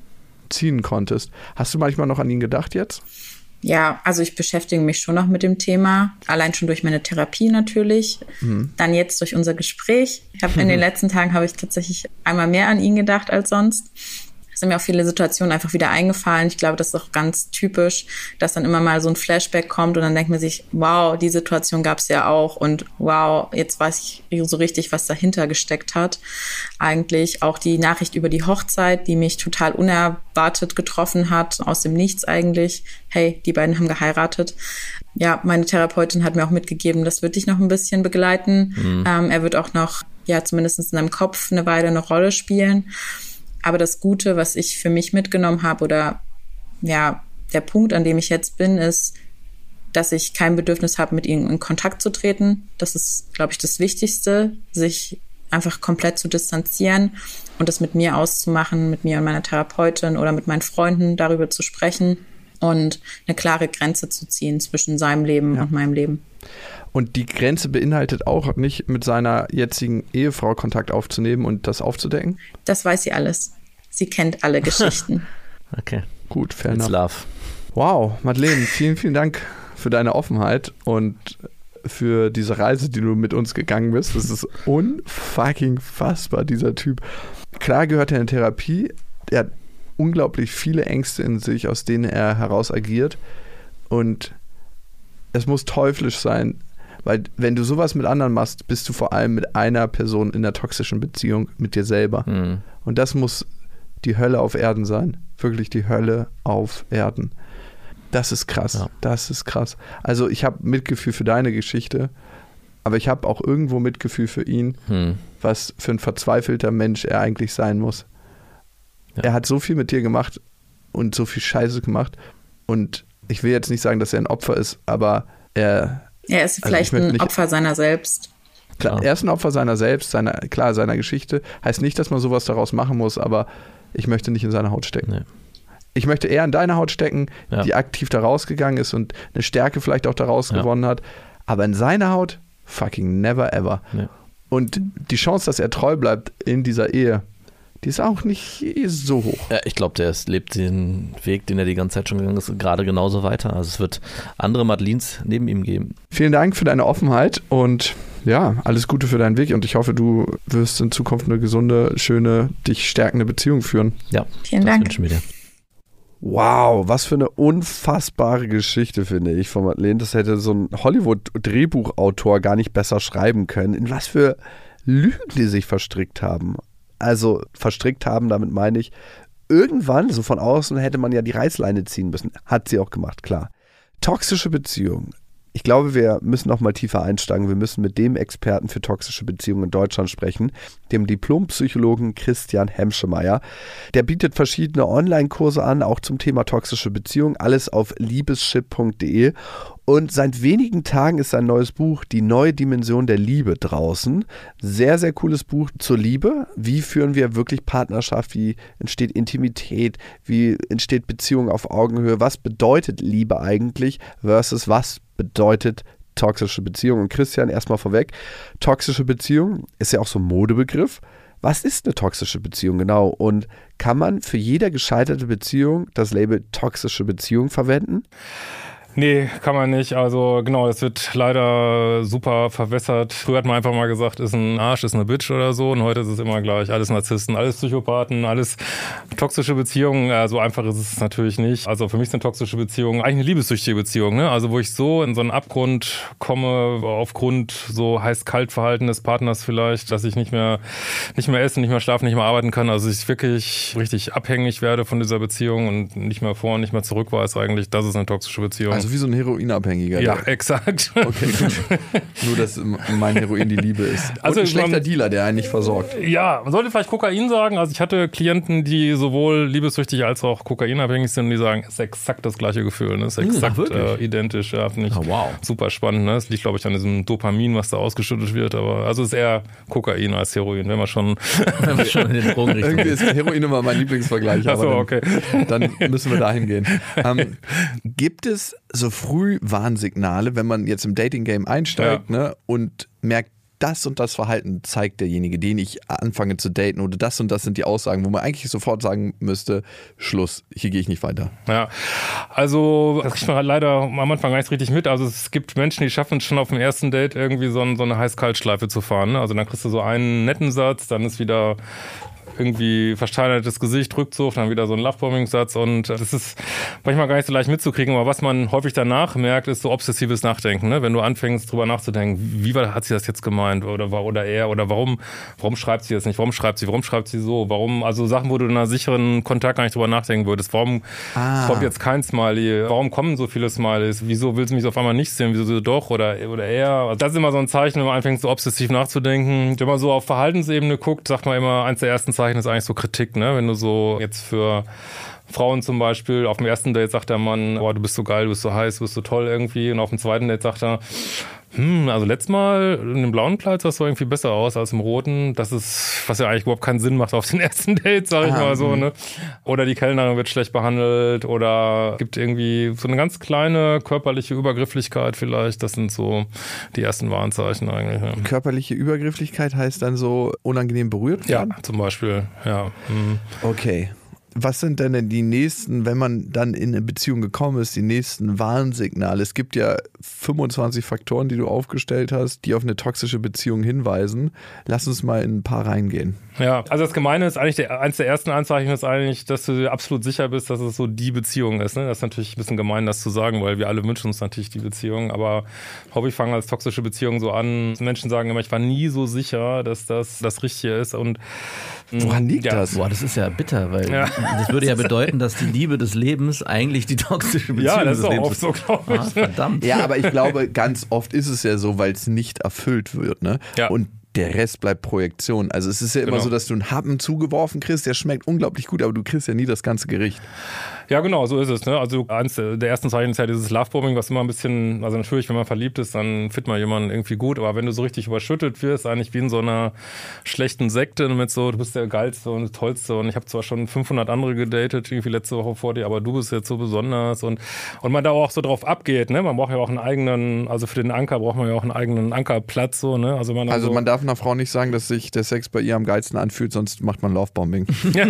ziehen konntest. Hast du manchmal noch an ihn gedacht jetzt? Ja, also ich beschäftige mich schon noch mit dem Thema, allein schon durch meine Therapie natürlich, mhm. dann jetzt durch unser Gespräch. Ich habe in den letzten Tagen habe ich tatsächlich einmal mehr an ihn gedacht als sonst. Es sind mir auch viele Situationen einfach wieder eingefallen. Ich glaube, das ist auch ganz typisch, dass dann immer mal so ein Flashback kommt und dann denkt man sich, wow, die Situation gab es ja auch und wow, jetzt weiß ich so richtig, was dahinter gesteckt hat. Eigentlich auch die Nachricht über die Hochzeit, die mich total unerwartet getroffen hat, aus dem Nichts eigentlich. Hey, die beiden haben geheiratet. Ja, meine Therapeutin hat mir auch mitgegeben, das wird dich noch ein bisschen begleiten. Mhm. Ähm, er wird auch noch, ja, zumindest in seinem Kopf eine Weile eine Rolle spielen. Aber das Gute, was ich für mich mitgenommen habe oder ja, der Punkt, an dem ich jetzt bin, ist, dass ich kein Bedürfnis habe, mit ihm in Kontakt zu treten. Das ist, glaube ich, das Wichtigste, sich einfach komplett zu distanzieren und das mit mir auszumachen, mit mir und meiner Therapeutin oder mit meinen Freunden darüber zu sprechen und eine klare Grenze zu ziehen zwischen seinem Leben ja. und meinem Leben. Und die Grenze beinhaltet auch nicht, mit seiner jetzigen Ehefrau Kontakt aufzunehmen und das aufzudecken? Das weiß sie alles. Sie kennt alle Geschichten. Okay. Gut, fair It's enough. Love. Wow, Madeleine, vielen, vielen Dank für deine Offenheit und für diese Reise, die du mit uns gegangen bist. Das ist unfucking fassbar, dieser Typ. Klar gehört er in Therapie. Er hat unglaublich viele Ängste in sich, aus denen er heraus agiert. Und es muss teuflisch sein, weil wenn du sowas mit anderen machst, bist du vor allem mit einer Person in einer toxischen Beziehung mit dir selber. Mhm. Und das muss die Hölle auf Erden sein. Wirklich die Hölle auf Erden. Das ist krass. Ja. Das ist krass. Also ich habe Mitgefühl für deine Geschichte, aber ich habe auch irgendwo Mitgefühl für ihn, mhm. was für ein verzweifelter Mensch er eigentlich sein muss. Ja. Er hat so viel mit dir gemacht und so viel Scheiße gemacht und ich will jetzt nicht sagen, dass er ein Opfer ist, aber er... Er ist vielleicht also ein nicht, Opfer seiner selbst. Klar, er ist ein Opfer seiner selbst, seiner, klar, seiner Geschichte. Heißt nicht, dass man sowas daraus machen muss, aber ich möchte nicht in seine Haut stecken. Nee. Ich möchte eher in deine Haut stecken, ja. die aktiv da rausgegangen ist und eine Stärke vielleicht auch daraus ja. gewonnen hat. Aber in seiner Haut, fucking never ever. Nee. Und die Chance, dass er treu bleibt in dieser Ehe, die ist auch nicht so hoch. Ja, ich glaube, der ist, lebt den Weg, den er die ganze Zeit schon gegangen ist, gerade genauso weiter. Also es wird andere Madelines neben ihm geben. Vielen Dank für deine Offenheit und ja, alles Gute für deinen Weg und ich hoffe, du wirst in Zukunft eine gesunde, schöne, dich stärkende Beziehung führen. Ja, vielen Dank. Das wünschen wir dir. Wow, was für eine unfassbare Geschichte, finde ich, von Madeleine. Das hätte so ein Hollywood-Drehbuchautor gar nicht besser schreiben können. In was für Lügen die sich verstrickt haben. Also verstrickt haben, damit meine ich, irgendwann, so von außen, hätte man ja die Reißleine ziehen müssen. Hat sie auch gemacht, klar. Toxische Beziehungen. Ich glaube, wir müssen noch mal tiefer einsteigen. Wir müssen mit dem Experten für toxische Beziehungen in Deutschland sprechen, dem Diplompsychologen Christian Hemschemeyer. Der bietet verschiedene Online-Kurse an, auch zum Thema toxische Beziehungen. Alles auf liebeschip punkt de. Und seit wenigen Tagen ist sein neues Buch Die neue Dimension der Liebe draußen. Sehr, sehr cooles Buch zur Liebe. Wie führen wir wirklich Partnerschaft? Wie entsteht Intimität? Wie entsteht Beziehung auf Augenhöhe? Was bedeutet Liebe eigentlich versus was bedeutet toxische Beziehung? Und Christian, erstmal vorweg, toxische Beziehung ist ja auch so ein Modebegriff. Was ist eine toxische Beziehung genau? Und kann man für jede gescheiterte Beziehung das Label toxische Beziehung verwenden? Nee, kann man nicht. Also genau, das wird leider super verwässert. Früher hat man einfach mal gesagt, ist ein Arsch, ist eine Bitch oder so. Und heute ist es immer gleich, alles Narzissten, alles Psychopathen, alles toxische Beziehungen. Ja, so einfach ist es natürlich nicht. Also für mich sind toxische Beziehungen eigentlich eine liebessüchtige Beziehung, ne? Also wo ich so in so einen Abgrund komme, aufgrund so heiß-kalt-Verhalten des Partners vielleicht, dass ich nicht mehr, nicht mehr essen, nicht mehr schlafen, nicht mehr arbeiten kann. Also ich wirklich richtig abhängig werde von dieser Beziehung und nicht mehr vor und nicht mehr zurück weiß eigentlich, das ist eine toxische Beziehung. Also wie so ein Heroinabhängiger. Ja, exakt. Okay, gut. Nur, dass mein Heroin die Liebe ist. Und also ein schlechter man, Dealer, der einen nicht versorgt. Ja, man sollte vielleicht Kokain sagen. Also ich hatte Klienten, die sowohl liebessüchtig als auch kokainabhängig sind und die sagen, es ist exakt das gleiche Gefühl. Ne? Es ist exakt hm, äh, identisch. Ja, finde ich oh, wow. super spannend. Ne? Das liegt, glaube ich, an diesem Dopamin, was da ausgeschüttet wird. Aber also es ist eher Kokain als Heroin, wenn man schon... wenn man schon in den Drogenrichtung Irgendwie ist Heroin immer mein Lieblingsvergleich. Ach so, aber dann, okay. dann müssen wir dahin gehen. Ähm, gibt es so früh Warnsignale, wenn man jetzt im Dating-Game einsteigt, ja. ne, und merkt, das und das Verhalten zeigt derjenige, den ich anfange zu daten, oder das und das sind die Aussagen, wo man eigentlich sofort sagen müsste, Schluss, hier gehe ich nicht weiter. Ja, also das kriegt man halt leider am Anfang gar nicht richtig mit. Also es gibt Menschen, die schaffen es schon auf dem ersten Date irgendwie so, ein, so eine Heiß-Kalt-Schleife zu fahren. Ne? Also dann kriegst du so einen netten Satz, dann ist wieder irgendwie versteinertes Gesicht, Rückzug, dann wieder so ein Lovebombing-Satz und das ist manchmal gar nicht so leicht mitzukriegen, aber was man häufig danach merkt, ist so obsessives Nachdenken, ne? Wenn du anfängst drüber nachzudenken, wie hat sie das jetzt gemeint oder, oder er oder warum, warum schreibt sie das nicht, warum schreibt sie, warum schreibt sie so, warum, also Sachen, wo du in einer sicheren Kontakt gar nicht drüber nachdenken würdest, warum ah. kommt jetzt kein Smiley, warum kommen so viele Smileys, wieso will sie mich auf einmal nicht sehen, wieso sie doch oder, oder er, also das ist immer so ein Zeichen, wenn man anfängt so obsessiv nachzudenken, wenn man so auf Verhaltensebene guckt, sagt man immer, eins der ersten Zeichen ist eigentlich so Kritik, ne? Wenn du so jetzt für Frauen zum Beispiel, auf dem ersten Date sagt der Mann, oh, du bist so geil, du bist so heiß, du bist so toll irgendwie, und auf dem zweiten Date sagt er, hm, also letztes Mal in dem blauen Kleid sah es irgendwie besser aus als im roten. Das ist, was ja eigentlich überhaupt keinen Sinn macht auf den ersten Date, sag ich ah, mal so, ne? Oder die Kellnerin wird schlecht behandelt oder gibt irgendwie so eine ganz kleine körperliche Übergrifflichkeit vielleicht. Das sind so die ersten Warnzeichen eigentlich. Ja. Körperliche Übergrifflichkeit heißt dann so unangenehm berührt werden? Ja, zum Beispiel, ja. Mhm. Okay. Was sind denn die nächsten, wenn man dann in eine Beziehung gekommen ist, die nächsten Warnsignale? Es gibt ja fünfundzwanzig Faktoren, die du aufgestellt hast, die auf eine toxische Beziehung hinweisen. Lass uns mal in ein paar reingehen. Ja, also das Gemeine ist eigentlich, der, eins der ersten Anzeichen ist eigentlich, dass du dir absolut sicher bist, dass es so die Beziehung ist. Ne? Das ist natürlich ein bisschen gemein, das zu sagen, weil wir alle wünschen uns natürlich die Beziehung. Aber häufig fangen als toxische Beziehungen so an. Menschen sagen immer, ich war nie so sicher, dass das das Richtige ist. Und woran liegt ja. das? Boah, das ist ja bitter, weil ja. das würde ja bedeuten, dass die Liebe des Lebens eigentlich die toxische Beziehung ja, das des ist auch Lebens oft so, glaube ich. Ah, verdammt. Ja, aber ich glaube, ganz oft ist es ja so, weil es nicht erfüllt wird. Ne? Ja. Und der Rest bleibt Projektion. Also es ist ja immer Genau. so, dass du einen Happen zugeworfen kriegst, der schmeckt unglaublich gut, aber du kriegst ja nie das ganze Gericht. Ja, genau, so ist es. Ne? Also eins der ersten Zeichen ist ja dieses Lovebombing, was immer ein bisschen, also natürlich, wenn man verliebt ist, dann findet man jemanden irgendwie gut, aber wenn du so richtig überschüttet wirst, eigentlich wie in so einer schlechten Sekte mit so, du bist der Geilste und Tollste und ich habe zwar schon fünfhundert andere gedatet, irgendwie letzte Woche vor dir, aber du bist jetzt so besonders und, und man da auch so drauf abgeht, ne? Man braucht ja auch einen eigenen, also für den Anker braucht man ja auch einen eigenen Ankerplatz, so, ne? Also man, Also so man darf einer Frau nicht sagen, dass sich der Sex bei ihr am geilsten anfühlt, sonst macht man Lovebombing. ja,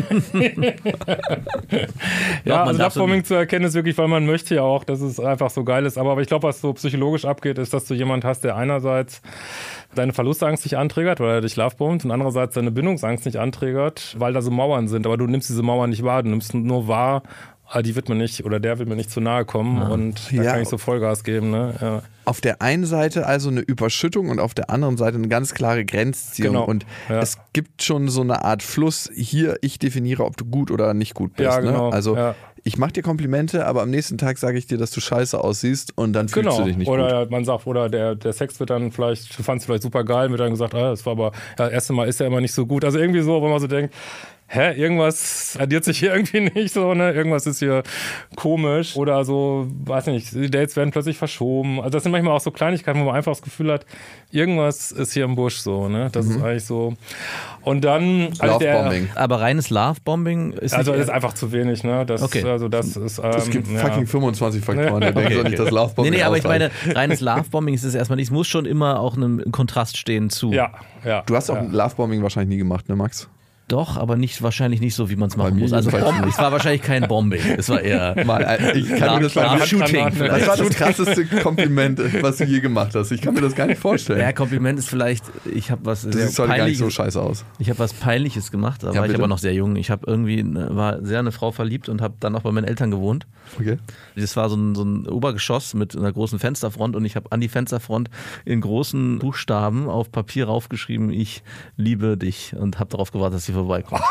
man also darf so Lovebombing zu erkennen ist wirklich, weil man möchte ja auch, dass es einfach so geil ist. Aber, aber ich glaube, was so psychologisch abgeht, ist, dass du jemand hast, der einerseits deine Verlustangst nicht anträgert, weil er dich lovebombt und andererseits deine Bindungsangst nicht anträgert, weil da so Mauern sind. Aber du nimmst diese Mauern nicht wahr, du nimmst nur wahr, ah, die wird mir nicht oder der wird mir nicht zu nahe kommen Ja. und da Ja. kann ich so Vollgas geben. Ne? Ja. Auf der einen Seite also eine Überschüttung und auf der anderen Seite eine ganz klare Grenzziehung. Genau. Und Ja. es gibt schon so eine Art Fluss. Hier, ich definiere, ob du gut oder nicht gut bist. Ja, genau. Ne? Also Ja. ich mache dir Komplimente, aber am nächsten Tag sage ich dir, dass du scheiße aussiehst und dann fühlst Genau. du dich nicht oder gut. man sagt, oder der, der Sex wird dann vielleicht, du fandst vielleicht super geil, wird dann gesagt, ah, das war aber, ja, das erste Mal ist ja immer nicht so gut. Also irgendwie so, wo man so denkt, hä, irgendwas addiert sich hier irgendwie nicht so, ne? Irgendwas ist hier komisch oder so, weiß nicht, die Dates werden plötzlich verschoben. Also das sind manchmal auch so Kleinigkeiten, wo man einfach das Gefühl hat, irgendwas ist hier im Busch so, ne? Das ist eigentlich so. Und dann also der, Lovebombing. Aber reines Lovebombing ist also nicht das ist einfach zu wenig, ne? Das, Okay. Also das ist, ähm, Es gibt ja. fucking fünfundzwanzig Faktoren, der denkt Okay, doch nicht, okay. dass Lovebombing Nee, nee, aber ich ausreicht. meine, reines Lovebombing ist es erstmal nicht. Es muss schon immer auch einem Kontrast stehen zu. Ja, ja. Du hast auch ja. Lovebombing wahrscheinlich nie gemacht, ne Max? Doch, aber nicht wahrscheinlich nicht so, wie man es machen mir muss. Also jedenfalls Bomben, es war wahrscheinlich kein Bombing. Es war eher Mal, äh, ich kann mir das Love- mal Love Shooting. Handgranaten. Was war das krasseste Kompliment, was du je gemacht hast? Ich kann mir das gar nicht vorstellen. Ja, Kompliment ist vielleicht, ich habe was Du sehr siehst heute gar nicht so Peinliches, scheiße aus. ich habe was Peinliches gemacht, da Ja, war ich bitte. aber noch sehr jung. Ich habe irgendwie, war sehr eine Frau verliebt und habe dann auch bei meinen Eltern gewohnt. Okay. Das war so ein, so ein Obergeschoss mit einer großen Fensterfront und ich habe an die Fensterfront in großen Buchstaben auf Papier raufgeschrieben, ich liebe dich und habe darauf gewartet, dass sie vorbeikommt.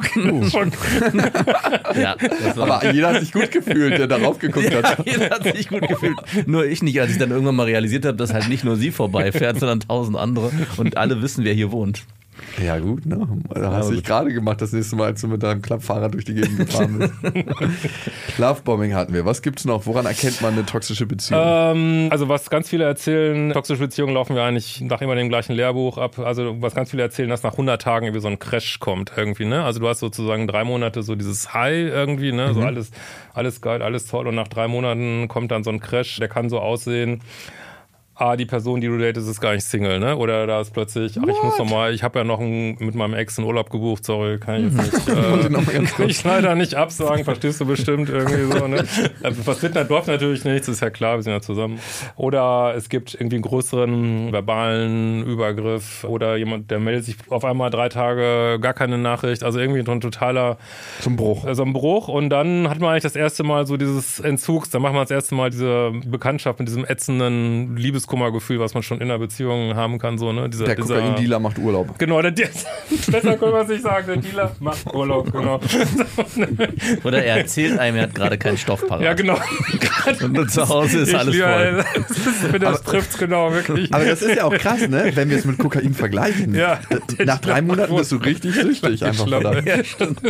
Ja, das war Aber jeder hat sich gut gefühlt, der darauf geguckt ja, hat. jeder hat sich gut gefühlt. Nur ich nicht, als ich dann irgendwann mal realisiert habe, dass halt nicht nur sie vorbeifährt, sondern tausend andere und alle wissen, wer hier wohnt. Ja gut, ne? Da hast du dich gerade gemacht, das nächste Mal, als du mit deinem Klappfahrrad durch die Gegend gefahren bist. Lovebombing hatten wir. Was gibt's noch? Woran erkennt man eine toxische Beziehung? Ähm, also was ganz viele erzählen, toxische Beziehungen laufen wir eigentlich nach immer dem gleichen Lehrbuch ab. Also was ganz viele erzählen, dass nach hundert Tagen irgendwie so ein Crash kommt irgendwie, ne? Also du hast sozusagen drei Monate so dieses High irgendwie, ne? So alles, alles geil, alles toll und nach drei Monaten kommt dann so ein Crash, der kann so aussehen. Ah, die Person, die du datest, ist gar nicht Single, ne? Oder da ist plötzlich, ach, ich muss noch mal, ich habe ja noch einen, mit meinem Ex einen Urlaub gebucht, sorry, kann ich jetzt nicht, äh, noch mal ganz kann kurz. ich leider nicht absagen, verstehst du bestimmt irgendwie so, ne? Also passiert läuft natürlich nichts, ist ja klar, wir sind ja zusammen. Oder es gibt irgendwie einen größeren verbalen Übergriff oder jemand, der meldet sich auf einmal drei Tage, gar keine Nachricht, also irgendwie so ein totaler Zum Bruch. so ein Bruch und dann hat man eigentlich das erste Mal so dieses Entzugs, dann macht man das erste Mal diese Bekanntschaft mit diesem ätzenden Liebeskummergefühl, was man schon in einer Beziehung haben kann, so, ne? Dieser, Der dieser, Kokain-Dealer macht Urlaub. Genau, der, der, besser können wir es nicht sagen, der Dealer macht Urlaub, genau. Oder er erzählt einem, er hat gerade keinen Stoff parat. Ja, genau. Und zu Hause ist Ich alles liebe, voll. Das, ist- das trifft's genau, wirklich. Aber das ist ja auch krass, ne? Wenn wir es mit Kokain vergleichen. Ja. Nach drei Monaten bist du richtig süchtig einfach Schlapp, verdammt. ja.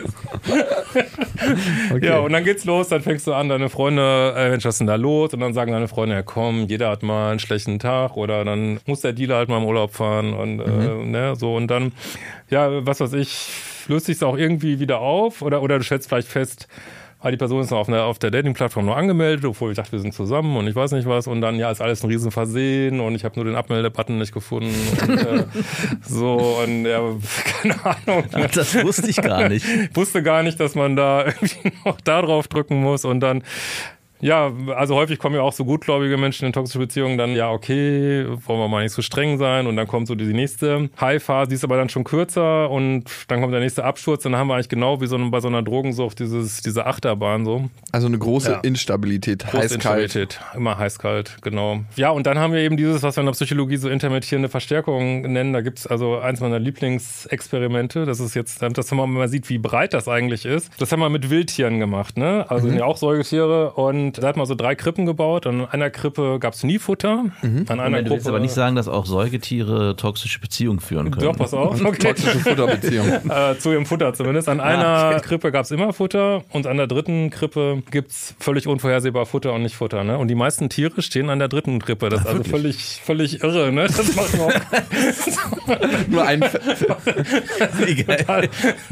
Okay. Ja, und dann geht's los, dann fängst du an, deine Freunde, äh, Mensch, was ist denn da los? Und dann sagen deine Freunde, ja komm, jeder hat mal einen schlechten Tag oder dann muss der Dealer halt mal im Urlaub fahren und äh, ne, so und dann, ja, was weiß ich, löst sich's auch irgendwie wieder auf oder, oder du stellst vielleicht fest, ah, die Person ist noch auf, einer, auf der Dating-Plattform nur angemeldet, obwohl ich dachte, wir sind zusammen und ich weiß nicht was und dann, ja, ist alles ein Riesenversehen und ich habe nur den Abmelde-Button nicht gefunden und äh, so und ja, keine Ahnung. Ach, das wusste ich gar nicht. Ich wusste gar nicht, dass man da irgendwie noch da drauf drücken muss und dann, ja, also häufig kommen ja auch so gutgläubige Menschen in toxische Beziehungen dann, ja, okay, wollen wir mal nicht so streng sein und dann kommt so die nächste High-Phase, die ist aber dann schon kürzer und dann kommt der nächste Absturz, dann haben wir eigentlich genau wie so bei so einer Drogensucht dieses, diese Achterbahn so. Also eine große Ja. Instabilität, Große heiß-kalt. Instabilität, immer heiß-kalt, genau. Ja, und dann haben wir eben dieses, was wir in der Psychologie so intermittierende Verstärkung nennen. Da gibt's also eins meiner Lieblingsexperimente. Das ist jetzt, dass man mal sieht, wie breit das eigentlich ist. Das haben wir mit Wildtieren gemacht, ne? Also sind ja auch Säugetiere und Und da hat man so drei Krippen gebaut. Und in einer Krippe gab es nie Futter. Mhm. An einer Moment, du Gruppe, willst aber nicht sagen, dass auch Säugetiere toxische Beziehungen führen können. Doch, pass auf. Okay. Toxische Futterbeziehung. äh, zu ihrem Futter zumindest. An einer Ah, okay. Krippe gab es immer Futter und an der dritten Krippe gibt es völlig unvorhersehbar Futter und nicht Futter. Ne? Und die meisten Tiere stehen an der dritten Krippe. Das ist also völlig, völlig irre. Ne? Das macht überhaupt Nur ein Total.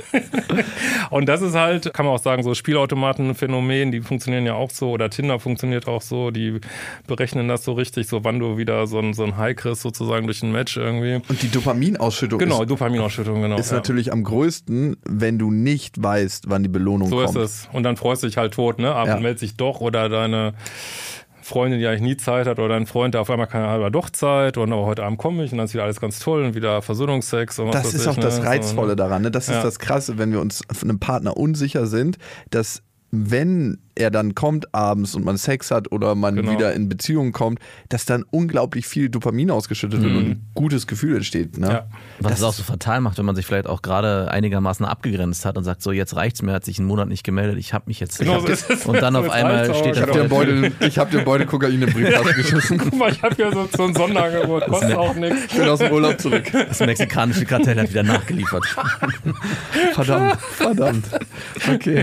Und das ist halt, kann man auch sagen, so Spielautomaten-Phänomen, die funktionieren ja auch so, oder Tinder funktioniert auch so, die berechnen das so richtig, so wann du wieder so ein, so ein High kriegst, sozusagen durch ein Match irgendwie. Und die Dopaminausschüttung Genau, ist, Dopaminausschüttung, genau. ist ja. natürlich am größten, wenn du nicht weißt, wann die Belohnung So kommt. ist es. Und dann freust du dich halt tot, ne? Aber Ja. meldet sich doch oder deine Freundin, die eigentlich nie Zeit hat, oder dein Freund, der auf einmal keine halber doch Zeit und aber heute Abend komme ich und dann ist wieder alles ganz toll und wieder Versöhnungsex. Und was Das weiß ist ich, auch das ne? Reizvolle so, ne? daran. Ne? Das ist Ja. das Krasse, wenn wir uns von einem Partner unsicher sind, dass wenn er dann kommt abends und man Sex hat oder man Genau. wieder in Beziehungen kommt, dass dann unglaublich viel Dopamin ausgeschüttet wird und ein gutes Gefühl entsteht. Ne? Ja. Was Das- es auch so fatal macht, wenn man sich vielleicht auch gerade einigermaßen abgegrenzt hat und sagt, so jetzt reicht's mir, hat sich einen Monat nicht gemeldet, ich habe mich jetzt... Genau ich so hab ist es. und dann auf Jetzt einmal reicht's auch. steht Ich er habe vor dir, der Tür. Beutel- ich hab dir Beutel Kokain in den Briefkasten geschissen. Guck mal, ich habe ja so, so ein Sonderangebot, kostet auch nichts. Ich bin aus dem Urlaub zurück. Das mexikanische Kartell hat wieder nachgeliefert. Verdammt, verdammt. Okay.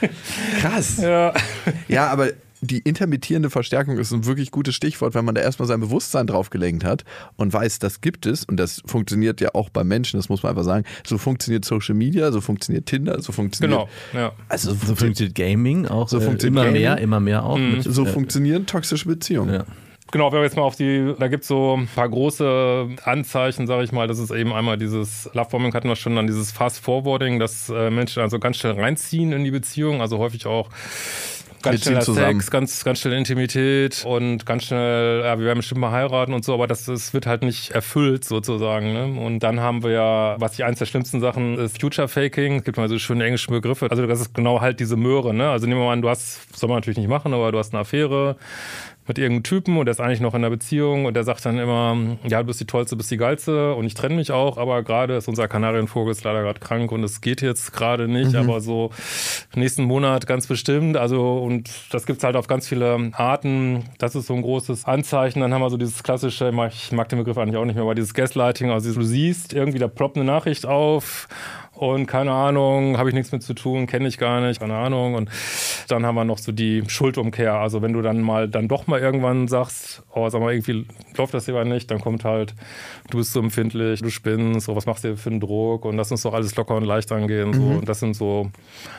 Krass. Ja. Ja, aber die intermittierende Verstärkung ist ein wirklich gutes Stichwort, wenn man da erstmal sein Bewusstsein drauf gelenkt hat und weiß, das gibt es und das funktioniert ja auch bei Menschen, das muss man einfach sagen. So funktioniert Social Media, so funktioniert Tinder, so funktioniert... Genau, ja. Also So funktioniert Gaming auch So äh, funktioniert immer Gaming. mehr, immer mehr auch. Mit, so äh, funktionieren toxische Beziehungen. ja. Genau, wenn wir jetzt mal auf die, da gibt es so ein paar große Anzeichen, sage ich mal. Das ist eben einmal dieses, Lovebombing hatten wir schon, dann dieses Fast-Forwarding, dass äh, Menschen also ganz schnell reinziehen in die Beziehung, also häufig auch ganz Wir ziehen schneller zusammen. Sex, ganz, ganz schnell Intimität und ganz schnell, ja, wir werden bestimmt mal heiraten und so, aber das, das wird halt nicht erfüllt sozusagen. Ne? Und dann haben wir ja, was ich eins der schlimmsten Sachen ist, Future Faking. Es gibt mal so schöne englische Begriffe. Also das ist genau halt diese Möhre. Ne? Also nehmen wir mal an, du hast, soll man natürlich nicht machen, aber du hast eine Affäre mit irgendeinem Typen und der ist eigentlich noch in einer Beziehung und der sagt dann immer, ja, du bist die Tollste, bist die Geilste und ich trenne mich auch, aber gerade ist unser Kanarienvogel ist leider gerade krank und es geht jetzt gerade nicht, Mhm. aber so nächsten Monat ganz bestimmt, also und das gibt's halt auf ganz viele Arten, das ist so ein großes Anzeichen, dann haben wir so dieses klassische, ich mag den Begriff eigentlich auch nicht mehr, aber dieses Gaslighting, also du siehst irgendwie, da ploppt eine Nachricht auf und keine Ahnung, habe ich nichts mit zu tun, kenne ich gar nicht, keine Ahnung. Und dann haben wir noch so die Schuldumkehr. Also wenn du dann mal dann doch mal irgendwann sagst, oh, sag mal, irgendwie läuft das lieber nicht, dann kommt halt, du bist so empfindlich, du spinnst, so, was machst du für einen Druck und lass uns doch alles locker und leicht angehen. So. Und das sind so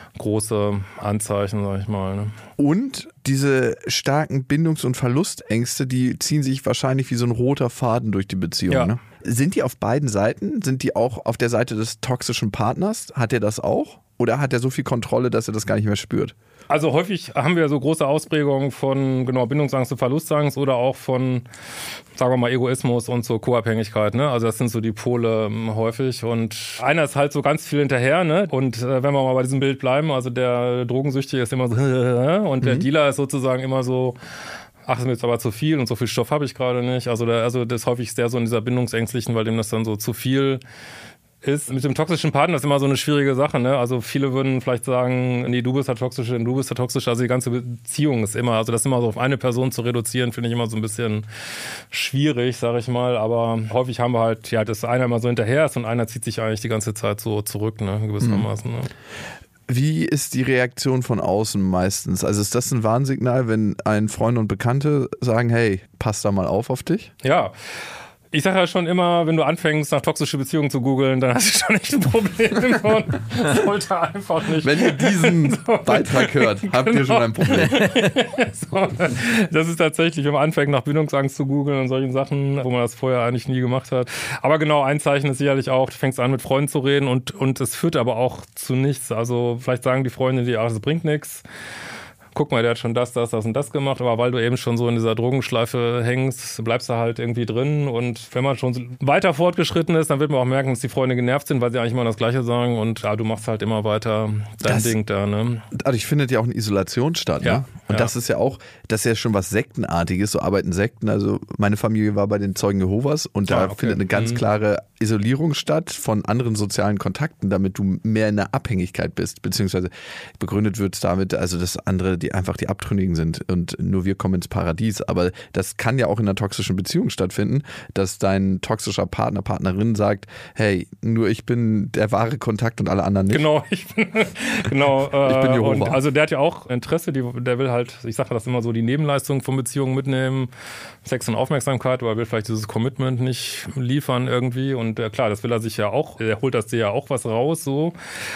große Anzeichen, sag ich mal. Ne? Und diese starken Bindungs- und Verlustängste, die ziehen sich wahrscheinlich wie so ein roter Faden durch die Beziehung. Ja. Ne? Sind die auf beiden Seiten? Sind die auch auf der Seite des toxischen Partners? Hat er das auch? Oder hat er so viel Kontrolle, dass er das gar nicht mehr spürt? Also häufig haben wir so große Ausprägungen von genau Bindungsangst und Verlustangst oder auch von, sagen wir mal, Egoismus und so Co-Abhängigkeit. Ne? Also das sind so die Pole ähm, häufig. Und einer ist halt so ganz viel hinterher. Ne? Und äh, wenn wir mal bei diesem Bild bleiben, also der Drogensüchtige ist immer so und der Mhm. Dealer ist sozusagen immer so, ach, ist mir jetzt aber zu viel und so viel Stoff habe ich gerade nicht. Also, der, also das ist häufig sehr so in dieser Bindungsängstlichen, weil dem das dann so zu viel ist. Mit dem toxischen Partner ist immer so eine schwierige Sache. Ne? Also viele würden vielleicht sagen, nee, du bist der Toxische, du bist der Toxische. Also die ganze Beziehung ist immer, also das immer so auf eine Person zu reduzieren, finde ich immer so ein bisschen schwierig, sage ich mal. Aber häufig haben wir halt, ja, dass einer immer so hinterher ist und einer zieht sich eigentlich die ganze Zeit so zurück, ne, gewissermaßen. Ne? Wie ist die Reaktion von außen meistens? Also ist das ein Warnsignal, wenn ein Freund und Bekannte sagen, hey, pass da mal auf auf dich? Ja. Ich sage ja schon immer, wenn du anfängst, nach toxische Beziehungen zu googeln, dann hast du schon echt ein Problem und sollte einfach nicht. Wenn ihr diesen Beitrag hört, habt ihr schon ein Problem. So, das ist tatsächlich, wenn man anfängt, nach Bindungsangst zu googeln und solchen Sachen, wo man das vorher eigentlich nie gemacht hat. Aber genau, ein Zeichen ist sicherlich auch, du fängst an, mit Freunden zu reden und, und es führt aber auch zu nichts. Also vielleicht sagen die Freunde dir, ach, das bringt nichts. Guck mal, der hat schon das, das, das und das gemacht, aber weil du eben schon so in dieser Drogenschleife hängst, bleibst du halt irgendwie drin und wenn man schon weiter fortgeschritten ist, dann wird man auch merken, dass die Freunde genervt sind, weil sie eigentlich immer das Gleiche sagen und ja, du machst halt immer weiter dein Das- Ding da, ne? Dadurch findet ja auch eine Isolation statt. Ja, Ne? Und ja. das ist ja auch, das ist ja schon was Sektenartiges, so arbeiten Sekten. Also meine Familie war bei den Zeugen Jehovas und da Ah, okay. findet eine ganz Mhm. klare Isolierung statt von anderen sozialen Kontakten, damit du mehr in der Abhängigkeit bist. Beziehungsweise begründet wird es damit, also dass andere die einfach die Abtrünnigen sind und nur wir kommen ins Paradies. Aber das kann ja auch in einer toxischen Beziehung stattfinden, dass dein toxischer Partner, Partnerin sagt, hey, nur ich bin der wahre Kontakt und alle anderen nicht. Genau, ich bin, genau, äh, ich bin Jehova. Und also der hat ja auch Interesse, die, der will halt, ich sage das immer so, die Nebenleistung von Beziehungen mitnehmen, Sex und Aufmerksamkeit, aber er will vielleicht dieses Commitment nicht liefern irgendwie und äh, klar, das will er sich ja auch, er holt das dir ja auch was raus so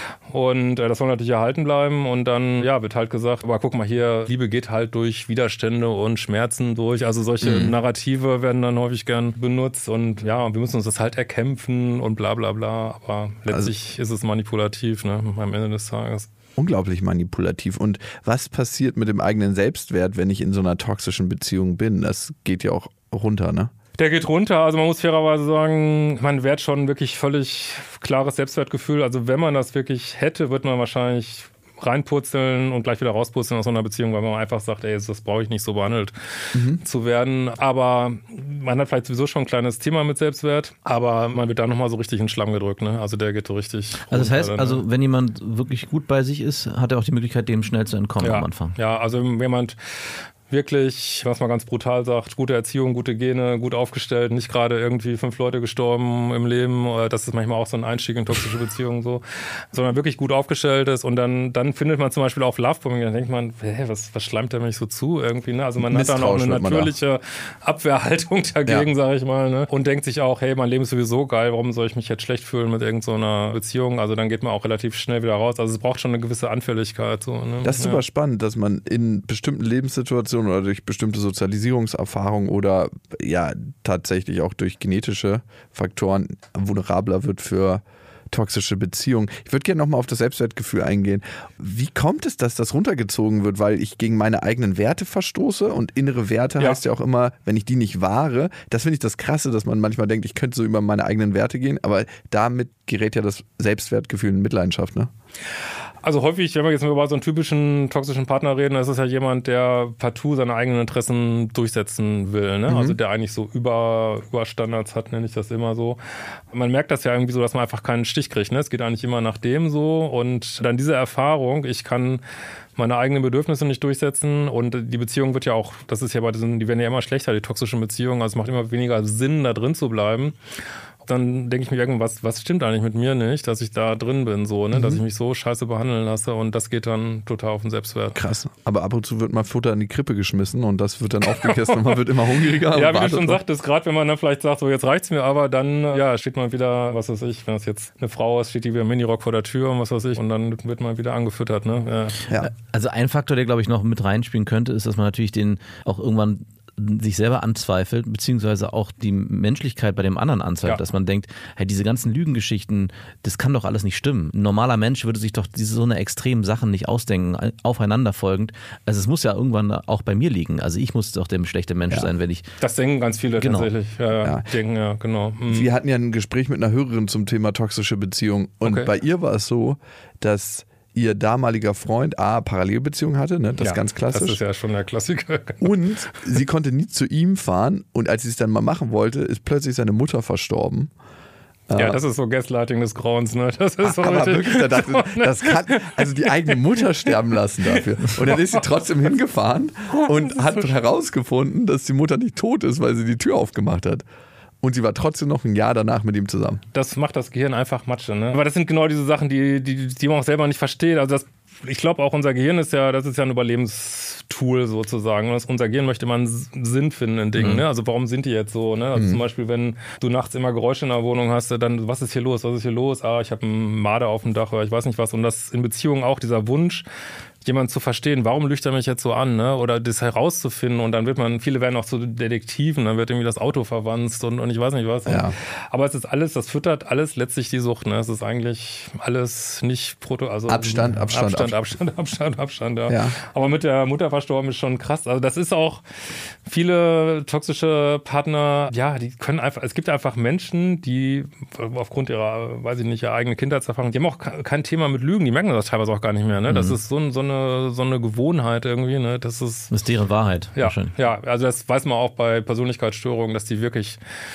und äh, das soll natürlich erhalten bleiben und dann, ja, wird halt gesagt, aber guck mal hier, Liebe geht halt durch Widerstände und Schmerzen durch, also solche mhm. Narrative werden dann häufig gern benutzt und ja, wir müssen uns das halt erkämpfen und bla bla bla, aber letztlich also, ist es manipulativ, ne, am Ende des Tages. Unglaublich manipulativ. Und was passiert mit dem eigenen Selbstwert, wenn ich in so einer toxischen Beziehung bin? Das geht ja auch runter, ne? Der geht runter. Also man muss fairerweise sagen, man wert schon wirklich völlig klares Selbstwertgefühl. Also wenn man das wirklich hätte, wird man wahrscheinlich reinpurzeln und gleich wieder rauspurzeln aus so einer Beziehung, weil man einfach sagt, ey, das brauche ich nicht so behandelt mhm. zu werden. Aber man hat vielleicht sowieso schon ein kleines Thema mit Selbstwert, aber man wird da nochmal so richtig in den Schlamm gedrückt. Ne? Also der geht so richtig. Also das heißt, also wenn jemand wirklich gut bei sich ist, hat er auch die Möglichkeit, dem schnell zu entkommen ja. am Anfang. Ja, also wenn jemand wirklich, was man ganz brutal sagt, gute Erziehung, gute Gene, gut aufgestellt, nicht gerade irgendwie fünf Leute gestorben im Leben, das ist manchmal auch so ein Einstieg in toxische Beziehungen so, sondern wirklich gut aufgestellt ist und dann, dann findet man zum Beispiel auf Lovebombing, dann denkt man, hä, was, was schleimt der mich so zu irgendwie, ne? Also man hat dann auch eine natürliche Abwehrhaltung dagegen, ja. sage ich mal, ne? Und denkt sich auch, hey, mein Leben ist sowieso geil, warum soll ich mich jetzt schlecht fühlen mit irgendeiner so Beziehung? Also dann geht man auch relativ schnell wieder raus, also es braucht schon eine gewisse Anfälligkeit. So, ne? Das ist ja. super spannend, dass man in bestimmten Lebenssituationen oder durch bestimmte Sozialisierungserfahrungen oder ja tatsächlich auch durch genetische Faktoren vulnerabler wird für toxische Beziehungen. Ich würde gerne nochmal auf das Selbstwertgefühl eingehen. Wie kommt es, dass das runtergezogen wird? Weil ich gegen meine eigenen Werte verstoße und innere Werte ja. heißt ja auch immer, wenn ich die nicht wahre, das finde ich das Krasse, dass man manchmal denkt, ich könnte so über meine eigenen Werte gehen, aber damit gerät ja das Selbstwertgefühl in Mitleidenschaft, ne? Also häufig, wenn wir jetzt über so einen typischen toxischen Partner reden, ist es ja jemand, der partout seine eigenen Interessen durchsetzen will. Ne? Mhm. Also der eigentlich so über, über Standards hat, nenne ich das immer so. Man merkt das ja irgendwie so, dass man einfach keinen Stich kriegt. Ne? Es geht eigentlich immer nach dem so. Und dann diese Erfahrung, ich kann meine eigenen Bedürfnisse nicht durchsetzen und die Beziehung wird ja auch, das ist ja bei diesen, die werden ja immer schlechter, die toxischen Beziehungen. Also es macht immer weniger Sinn, da drin zu bleiben. Dann denke ich mir irgendwas, was stimmt eigentlich mit mir nicht, dass ich da drin bin, so, ne, mhm. dass ich mich so scheiße behandeln lasse und das geht dann total auf den Selbstwert. Krass. Aber ab und zu wird mal Futter in die Krippe geschmissen und das wird dann aufgegessen und man wird immer hungriger. Ja, wie du schon sagtest, gerade wenn man dann vielleicht sagt, so jetzt reicht's mir, aber dann, ja, steht man wieder, was weiß ich, wenn das jetzt eine Frau ist, steht die wieder im Minirock vor der Tür und was weiß ich und dann wird man wieder angefüttert, ne. Ja. Ja. Also ein Faktor, der glaube ich noch mit reinspielen könnte, ist, dass man natürlich den auch irgendwann sich selber anzweifelt, beziehungsweise auch die Menschlichkeit bei dem anderen anzweifelt, ja. dass man denkt, hey, diese ganzen Lügengeschichten, das kann doch alles nicht stimmen. Ein normaler Mensch würde sich doch diese so eine extremen Sachen nicht ausdenken, aufeinanderfolgend. Also es muss ja irgendwann auch bei mir liegen. Also ich muss doch der schlechte Mensch ja. sein, wenn ich... Das denken ganz viele genau. tatsächlich. Ja, ja. Ja. Denken, ja, genau. Mhm. Wir hatten ja ein Gespräch mit einer Hörerin zum Thema toxische Beziehung und okay. bei ihr war es so, dass ihr damaliger Freund A, Parallelbeziehung hatte, ne? Das ja, ist ganz klassisch. Das ist ja schon der Klassiker. Und sie konnte nie zu ihm fahren und als sie es dann mal machen wollte, ist plötzlich seine Mutter verstorben. Ja, das ist so Gaslighting des Grauens, ne? Das ist so aber wirklich, da dachte, das kann, also die eigene Mutter sterben lassen dafür. Und dann ist sie trotzdem hingefahren und hat herausgefunden, dass die Mutter nicht tot ist, weil sie die Tür aufgemacht hat. Und sie war trotzdem noch ein Jahr danach mit ihm zusammen. Das macht das Gehirn einfach Matsche, ne? Aber das sind genau diese Sachen, die, die, die man auch selber nicht versteht. Also das, ich glaube auch unser Gehirn ist ja, das ist ja ein Überlebenstool sozusagen. Und unser Gehirn möchte man Sinn finden in Dingen, mhm. ne? Also warum sind die jetzt so, ne? Also mhm. zum Beispiel, wenn du nachts immer Geräusche in der Wohnung hast, dann was ist hier los, was ist hier los? Ah, ich habe einen Marder auf dem Dach oder ich weiß nicht was. Und das in Beziehungen auch, dieser Wunsch, jemanden zu verstehen, warum lügt er mich jetzt so an, ne? Oder das herauszufinden und dann wird man, viele werden auch zu Detektiven, dann wird irgendwie das Auto verwanzt und, und ich weiß nicht was. Ja. Aber es ist alles, das füttert alles letztlich die Sucht, ne? Es ist eigentlich alles nicht Proto, also Abstand, Abstand, Abstand, Abstand, Abstand, Abstand, ja. ja. Aber mit der Mutter verstorben ist schon krass. Also das ist auch, viele toxische Partner, ja, die können einfach, es gibt einfach Menschen, die aufgrund ihrer, weiß ich nicht, ihrer eigenen Kindheitserfahrung, die haben auch kein Thema mit Lügen, die merken das teilweise auch gar nicht mehr, ne? Das mhm. ist so, so eine so eine Gewohnheit irgendwie, ne? Das ist, das ist deren Wahrheit. Ja, ja, also das weiß man auch bei Persönlichkeitsstörungen, dass die wirklich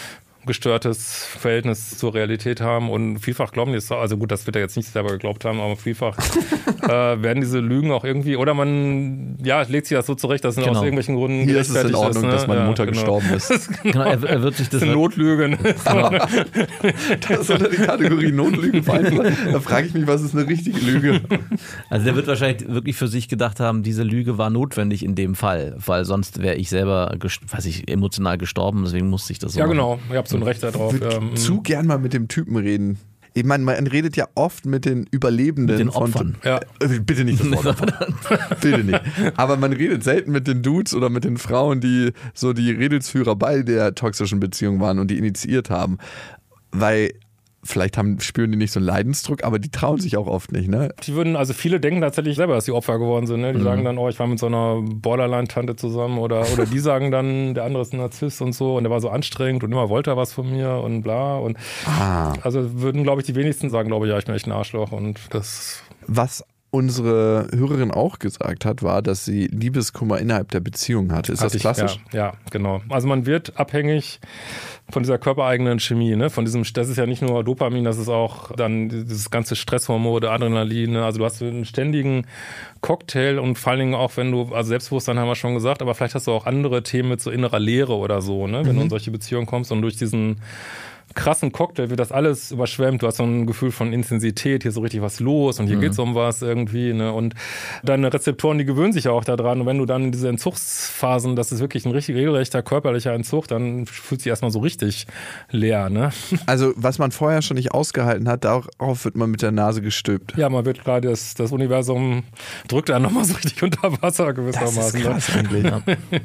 gestörtes Verhältnis zur Realität haben und vielfach glauben die es, also gut, das wird er jetzt nicht selber geglaubt haben, aber vielfach äh, werden diese Lügen auch irgendwie, oder man, ja, legt sich das so zurecht, dass es genau. aus irgendwelchen Gründen hier ist es in Ordnung, ist, ne? dass meine Mutter ja, genau. gestorben ist. Genau, er, er wird sich das... Das ist eine Notlüge. Das ist unter die Kategorie Notlügen fallen. Da frage ich mich, was ist eine richtige Lüge? Also der wird wahrscheinlich wirklich für sich gedacht haben, diese Lüge war notwendig in dem Fall, weil sonst wäre ich selber, weiß ich, emotional gestorben, deswegen musste ich das so Ja, machen. genau, ihr habt so ein Recht darauf. Ich würde ja. zu gern mal mit dem Typen reden. Ich meine, man redet ja oft mit den Überlebenden. Mit den Opfern. Von, ja. äh, bitte nicht das Wort Opfer. Bitte nicht. Aber man redet selten mit den Dudes oder mit den Frauen, die so die Redelsführer bei der toxischen Beziehung waren und die initiiert haben. Weil vielleicht haben, spüren die nicht so einen Leidensdruck, aber die trauen sich auch oft nicht, ne? Die würden, also viele denken tatsächlich selber, dass sie Opfer geworden sind, ne? Die mhm. sagen dann, oh, ich war mit so einer Borderline-Tante zusammen oder, oder die sagen dann, der andere ist ein Narzisst und so und der war so anstrengend und immer wollte er was von mir und bla und ah. also würden, glaube ich, die wenigsten sagen, glaube ich, ja, ich bin echt ein Arschloch und das... Was unsere Hörerin auch gesagt hat, war, dass sie Liebeskummer innerhalb der Beziehung hatte. Ist Hatte das ich, klassisch? Ja, ja, genau. Also man wird abhängig von dieser körpereigenen Chemie, ne? Von diesem, das ist ja nicht nur Dopamin, das ist auch dann dieses ganze Stresshormon, Adrenalin, ne? Also du hast einen ständigen Cocktail und vor allen Dingen auch, wenn du, also Selbstbewusstsein haben wir schon gesagt, aber vielleicht hast du auch andere Themen mit so innerer Leere oder so, ne? Wenn mhm. du in solche Beziehungen kommst und durch diesen krassen Cocktail wird das alles überschwemmt. Du hast so ein Gefühl von Intensität, hier ist so richtig was los und hier mhm. geht's um was irgendwie. Ne? Und deine Rezeptoren, die gewöhnen sich ja auch daran. Und wenn du dann in diese Entzugsphasen, das ist wirklich ein richtig regelrechter körperlicher Entzug, dann fühlt sich erstmal so richtig leer. Ne? Also was man vorher schon nicht ausgehalten hat, darauf wird man mit der Nase gestülpt. Ja, man wird gerade, das, das Universum drückt einen nochmal so richtig unter Wasser gewissermaßen. Das ist krass eigentlich. Ja.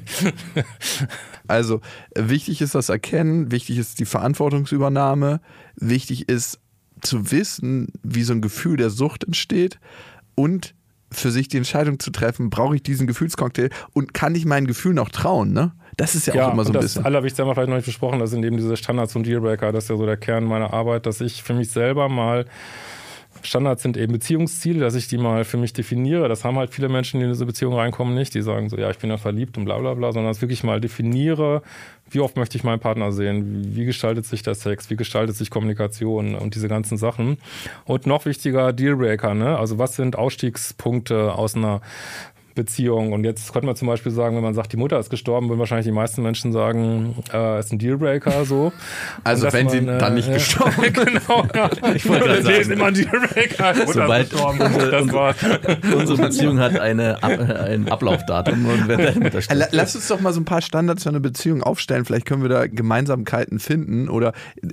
Also wichtig ist das Erkennen, wichtig ist die Verantwortungsübernahme, wichtig ist zu wissen, wie so ein Gefühl der Sucht entsteht und für sich die Entscheidung zu treffen, brauche ich diesen Gefühlscocktail und kann ich meinen Gefühlen auch trauen, ne? Das ist ja, ja auch immer so ein das bisschen. Das Allerwichtigste haben wir vielleicht noch nicht besprochen, das sind eben diese Standards und Dealbreaker, das ist ja so der Kern meiner Arbeit, dass ich für mich selber mal Standards sind eben Beziehungsziele, dass ich die mal für mich definiere. Das haben halt viele Menschen, die in diese Beziehung reinkommen, nicht. Die sagen so, ja, ich bin ja verliebt und bla bla bla, sondern dass ich wirklich mal definiere, wie oft möchte ich meinen Partner sehen, wie gestaltet sich der Sex, wie gestaltet sich Kommunikation und diese ganzen Sachen. Und noch wichtiger, Dealbreaker, ne? Also was sind Ausstiegspunkte aus einer Beziehung. Und jetzt könnte man zum Beispiel sagen, wenn man sagt, die Mutter ist gestorben, würden wahrscheinlich die meisten Menschen sagen, äh, ist ein Dealbreaker so. Also wenn man, sie äh, dann nicht äh, gestorben genau, ja. Ich wollte gerade sagen, ist immer ein Dealbreaker. Sobald unsere, das war. unsere Beziehung hat eine, ein Ablaufdatum. Und wenn Lass uns doch mal so ein paar Standards für eine Beziehung aufstellen. Vielleicht können wir da Gemeinsamkeiten finden oder...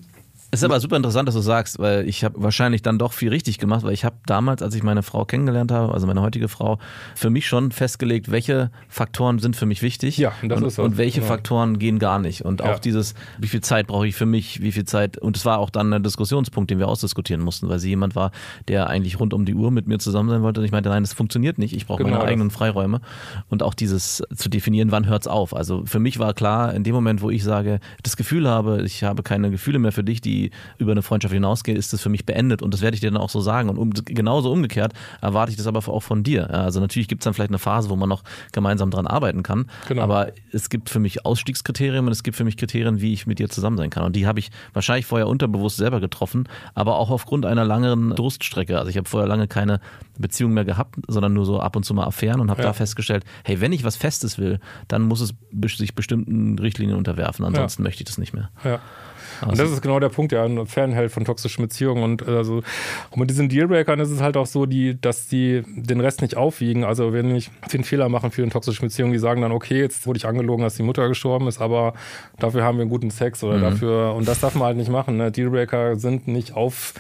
Es ist aber super interessant, dass du sagst, weil ich habe wahrscheinlich dann doch viel richtig gemacht, weil ich habe damals, als ich meine Frau kennengelernt habe, also meine heutige Frau, für mich schon festgelegt, welche Faktoren sind für mich wichtig ja, das und, ist so. und welche genau. Faktoren gehen gar nicht. Und ja. auch dieses, wie viel Zeit brauche ich für mich, wie viel Zeit, und es war auch dann ein Diskussionspunkt, den wir ausdiskutieren mussten, weil sie jemand war, der eigentlich rund um die Uhr mit mir zusammen sein wollte und ich meinte, nein, das funktioniert nicht, ich brauche genau meine eigenen das. Freiräume und auch dieses zu definieren, wann hört's auf. Also für mich war klar, in dem Moment, wo ich sage, das Gefühl habe, ich habe keine Gefühle mehr für dich, die über eine Freundschaft hinausgeht, ist das für mich beendet und das werde ich dir dann auch so sagen und um, genauso umgekehrt erwarte ich das aber auch von dir. Also natürlich gibt es dann vielleicht eine Phase, wo man noch gemeinsam dran arbeiten kann, genau. aber es gibt für mich Ausstiegskriterien und es gibt für mich Kriterien, wie ich mit dir zusammen sein kann und die habe ich wahrscheinlich vorher unterbewusst selber getroffen, aber auch aufgrund einer langeren Durststrecke. Also ich habe vorher lange keine Beziehung mehr gehabt, sondern nur so ab und zu mal Affären und habe ja. da festgestellt, hey, wenn ich was Festes will, dann muss es sich bestimmten Richtlinien unterwerfen, ansonsten ja. möchte ich das nicht mehr. Ja. Und das ist genau der Punkt, der ja, fernhält von toxischen Beziehungen. Und, also, und mit diesen Dealbreakern ist es halt auch so, die, dass die den Rest nicht aufwiegen. Also wenn ich den Fehler machen, viele toxische Beziehungen, die sagen dann, okay, jetzt wurde ich angelogen, dass die Mutter gestorben ist, aber dafür haben wir einen guten Sex oder mhm. dafür, und das darf man halt nicht machen. Ne? Dealbreaker sind nicht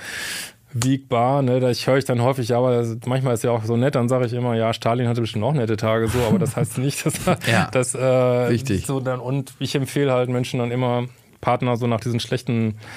aufwiegbar. Ne? Ich höre ich dann häufig, ja, aber manchmal ist ja auch so nett, dann sage ich immer, ja, Stalin hatte bestimmt auch nette Tage, so, aber das heißt nicht, dass ja. das äh, Richtig. so dann, und ich empfehle halt Menschen dann immer, Partner so nach diesen schlechten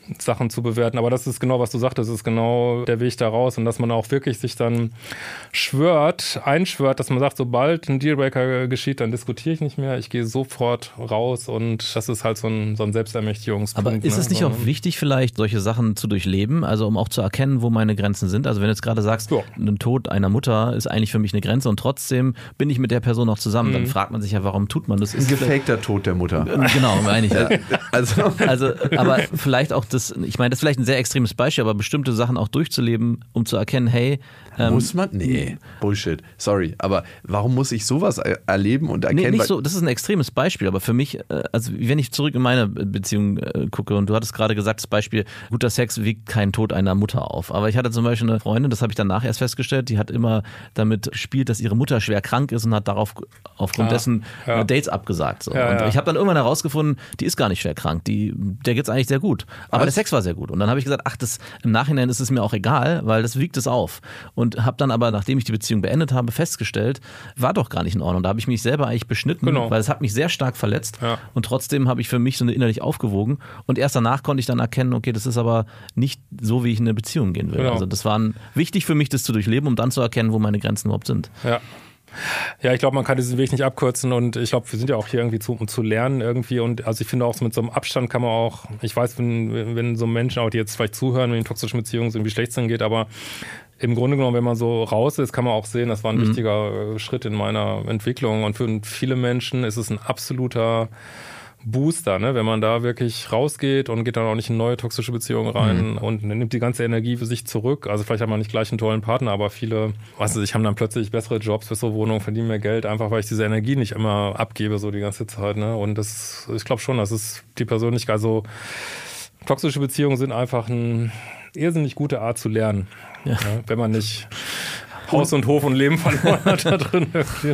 Sachen zu bewerten. Aber das ist genau, was du sagtest, das ist genau der Weg da raus. Und dass man auch wirklich sich dann schwört, einschwört, dass man sagt, sobald ein Dealbreaker geschieht, dann diskutiere ich nicht mehr. Ich gehe sofort raus und das ist halt so ein, so ein Selbstermächtigungspunkt. Aber ist es nicht ne? auch wichtig, vielleicht solche Sachen zu durchleben, also um auch zu erkennen, wo meine Grenzen sind? Also wenn du jetzt gerade sagst, ja. ein Tod einer Mutter ist eigentlich für mich eine Grenze und trotzdem bin ich mit der Person noch zusammen, mhm. dann fragt man sich ja, warum tut man das? Ein gefakter Tod der Mutter. Genau, meine ich. Ja. Also. also, aber vielleicht auch das, ich meine, das ist vielleicht ein sehr extremes Beispiel, aber bestimmte Sachen auch durchzuleben, um zu erkennen, hey. Ähm, muss man? Nee, Bullshit. Sorry, aber warum muss ich sowas erleben und erkennen? Nee, nicht so, das ist ein extremes Beispiel, aber für mich, also wenn ich zurück in meine Beziehung gucke und du hattest gerade gesagt, das Beispiel, guter Sex wiegt keinen Tod einer Mutter auf. Aber ich hatte zum Beispiel eine Freundin, das habe ich danach erst festgestellt, die hat immer damit gespielt, dass ihre Mutter schwer krank ist und hat darauf aufgrund ah, dessen ja. Dates abgesagt. So. Ja, und ja. ich habe dann irgendwann herausgefunden, die ist gar nicht schwer krank, die, der geht's eigentlich sehr gut. Aber Was? der Sex war sehr gut. Und dann habe ich gesagt, ach, das, im Nachhinein ist es mir auch egal, weil das wiegt es auf. Und habe dann aber, nachdem ich die Beziehung beendet habe, festgestellt, war doch gar nicht in Ordnung. Da habe ich mich selber eigentlich beschnitten, genau. weil es hat mich sehr stark verletzt. Ja. Und trotzdem habe ich für mich so eine innerlich aufgewogen. Und erst danach konnte ich dann erkennen, okay, das ist aber nicht so, wie ich in eine Beziehung gehen will. Genau. Also das war wichtig für mich, das zu durchleben, um dann zu erkennen, wo meine Grenzen überhaupt sind. Ja. Ja, ich glaube, man kann diesen Weg nicht abkürzen und ich glaube, wir sind ja auch hier irgendwie zu, um zu lernen irgendwie und also ich finde auch so mit so einem Abstand kann man auch, ich weiß, wenn, wenn so Menschen auch, die jetzt vielleicht zuhören, wenn in toxischen Beziehungen so irgendwie schlecht sind geht, aber im Grunde genommen, wenn man so raus ist, kann man auch sehen, das war ein mhm. wichtiger Schritt in meiner Entwicklung und für viele Menschen ist es ein absoluter Booster, ne? Wenn man da wirklich rausgeht und geht dann auch nicht in neue toxische Beziehungen rein mhm. und nimmt die ganze Energie für sich zurück. Also vielleicht hat man nicht gleich einen tollen Partner, aber viele, was weiß ich, haben dann plötzlich bessere Jobs, bessere Wohnungen, verdienen mehr Geld, einfach weil ich diese Energie nicht immer abgebe so die ganze Zeit. Ne? Und das, ich glaube schon, das ist die Persönlichkeit. Also toxische Beziehungen sind einfach eine irrsinnig gute Art zu lernen, ja. Ne? Wenn man nicht Haus und Hof und Leben verloren hat da drin.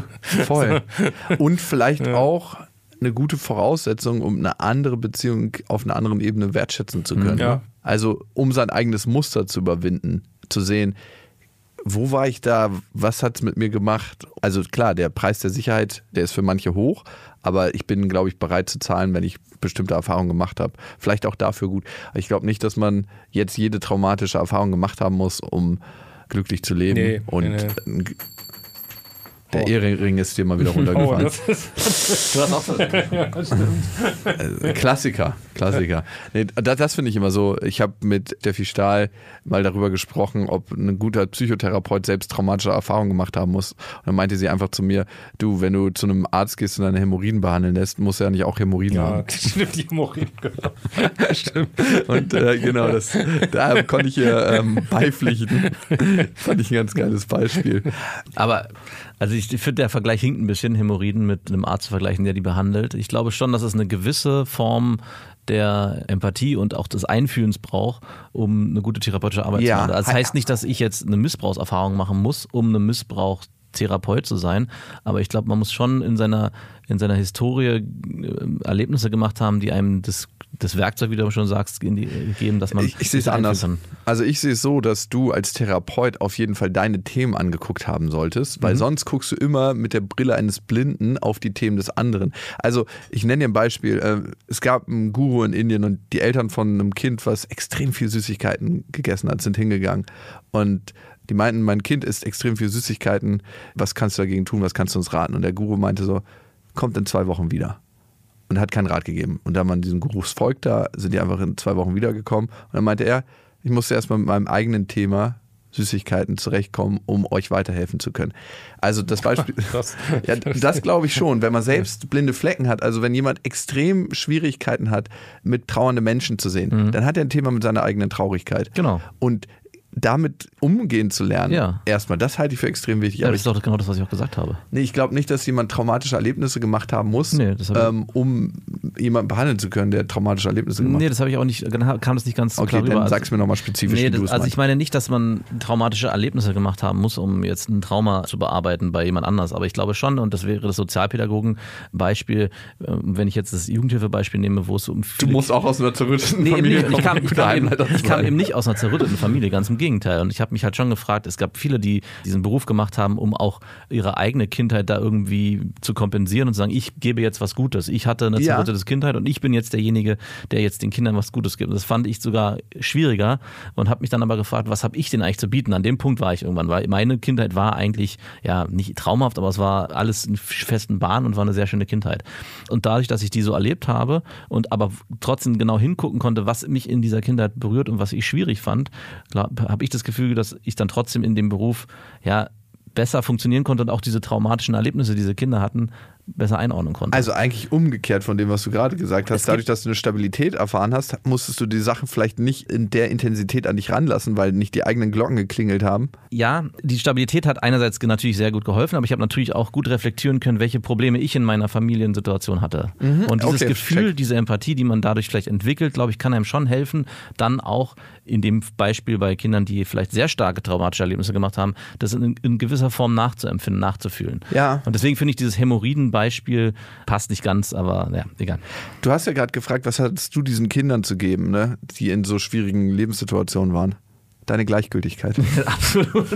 Voll. Und vielleicht ja. auch eine gute Voraussetzung, um eine andere Beziehung auf einer anderen Ebene wertschätzen zu können. Ja. Also um sein eigenes Muster zu überwinden, zu sehen, wo war ich da, was hat es mit mir gemacht? Also klar, der Preis der Sicherheit, der ist für manche hoch, aber ich bin, glaube ich, bereit zu zahlen, wenn ich bestimmte Erfahrungen gemacht habe. Vielleicht auch dafür gut. Aber ich glaube nicht, dass man jetzt jede traumatische Erfahrung gemacht haben muss, um glücklich zu leben. Nee, und nee, nee. Der oh. Ehering ist dir mal wieder runtergefallen. Oh, das ist, du hast auch so. Ja, das stimmt. Klassiker, Klassiker. Nee, das das finde ich immer so. Ich habe mit Steffi Stahl mal darüber gesprochen, ob ein guter Psychotherapeut selbst traumatische Erfahrungen gemacht haben muss. Und dann meinte sie einfach zu mir, du, wenn du zu einem Arzt gehst und deine Hämorrhoiden behandeln lässt, musst du ja nicht auch Hämorrhoiden ja, haben. Ja, stimmt, die Hämorrhoiden, genau. Stimmt. Und äh, genau, das, da konnte ich ihr ähm, beipflichten. Fand ich ein ganz geiles Beispiel. Aber also ich finde, der Vergleich hinkt ein bisschen, Hämorrhoiden mit einem Arzt zu vergleichen, der die behandelt. Ich glaube schon, dass es eine gewisse Form der Empathie und auch des Einfühlens braucht, um eine gute therapeutische Arbeit ja. zu machen. Das heißt nicht, dass ich jetzt eine Missbrauchserfahrung machen muss, um eine Missbrauchstherapeut zu sein, aber ich glaube, man muss schon in seiner, in seiner Historie Erlebnisse gemacht haben, die einem das das Werkzeug, wie du schon sagst, geben, dass man... Ich, ich sehe es anders. Kann. Also ich sehe es so, dass du als Therapeut auf jeden Fall deine Themen angeguckt haben solltest, weil mhm. sonst guckst du immer mit der Brille eines Blinden auf die Themen des anderen. Also ich nenne dir ein Beispiel. Es gab einen Guru in Indien und die Eltern von einem Kind, was extrem viel Süßigkeiten gegessen hat, sind hingegangen und die meinten, mein Kind isst extrem viel Süßigkeiten, was kannst du dagegen tun, was kannst du uns raten? Und der Guru meinte so, kommt in zwei Wochen wieder. Und hat keinen Rat gegeben. Und da man diesem Gurus folgt, da sind die einfach in zwei Wochen wiedergekommen. Und dann meinte er, ich musste erstmal mit meinem eigenen Thema Süßigkeiten zurechtkommen, um euch weiterhelfen zu können. Also das Beispiel, das, ja, das glaube ich schon, wenn man selbst blinde Flecken hat, also wenn jemand extrem Schwierigkeiten hat, mit trauernden Menschen zu sehen, mhm. dann hat er ein Thema mit seiner eigenen Traurigkeit. Genau. Und damit umgehen zu lernen, ja. erstmal, das halte ich für extrem wichtig. Ja, Aber das ist doch genau das, was ich auch gesagt habe. Nee, ich glaube nicht, dass jemand traumatische Erlebnisse gemacht haben muss, nee, das ähm, um jemanden behandeln zu können, der traumatische Erlebnisse gemacht hat. Nee, das habe ich auch nicht, kam das nicht ganz okay, klar rüber. Okay, dann also, sag's mir nochmal spezifisch, nee, wie das, du es Also meinst. ich meine nicht, dass man traumatische Erlebnisse gemacht haben muss, um jetzt ein Trauma zu bearbeiten bei jemand anders. Aber ich glaube schon, und das wäre das Sozialpädagogen-Beispiel, wenn ich jetzt das Jugendhilfebeispiel nehme, wo es um Du musst auch aus einer zerrütteten nee, Familie kommen. Ich kam, ich, kam eben, ich kam sein. eben nicht aus einer zerrütteten Familie, ganz im Gegenteil. Und ich habe mich halt schon gefragt, es gab viele, die diesen Beruf gemacht haben, um auch ihre eigene Kindheit da irgendwie zu kompensieren und zu sagen, ich gebe jetzt was Gutes. Ich hatte eine ja, zerrüttete Kindheit und ich bin jetzt derjenige, der jetzt den Kindern was Gutes gibt. Das fand ich sogar schwieriger und habe mich dann aber gefragt, was habe ich denn eigentlich zu bieten? An dem Punkt war ich irgendwann, weil meine Kindheit war eigentlich, ja, nicht traumhaft, aber es war alles in festen Bahnen und war eine sehr schöne Kindheit. Und dadurch, dass ich die so erlebt habe und aber trotzdem genau hingucken konnte, was mich in dieser Kindheit berührt und was ich schwierig fand, habe ich das Gefühl, dass ich dann trotzdem in dem Beruf, ja, besser funktionieren konnte und auch diese traumatischen Erlebnisse, die diese Kinder hatten, besser einordnen konnte. Also eigentlich umgekehrt von dem, was du gerade gesagt hast. Dadurch, dass du eine Stabilität erfahren hast, musstest du die Sachen vielleicht nicht in der Intensität an dich ranlassen, weil nicht die eigenen Glocken geklingelt haben. Ja, die Stabilität hat einerseits natürlich sehr gut geholfen, aber ich habe natürlich auch gut reflektieren können, welche Probleme ich in meiner Familiensituation hatte. Mhm, und dieses okay, Gefühl, check. diese Empathie, die man dadurch vielleicht entwickelt, glaube ich, kann einem schon helfen, dann auch in dem Beispiel bei Kindern, die vielleicht sehr starke traumatische Erlebnisse gemacht haben, das in, in gewisser Form nachzuempfinden, nachzufühlen. Ja. Und deswegen finde ich dieses Hämorrhoiden Beispiel passt nicht ganz, aber ja, egal. Du hast ja gerade gefragt, was hattest du diesen Kindern zu geben, ne, die in so schwierigen Lebenssituationen waren? Deine Gleichgültigkeit. Absolut.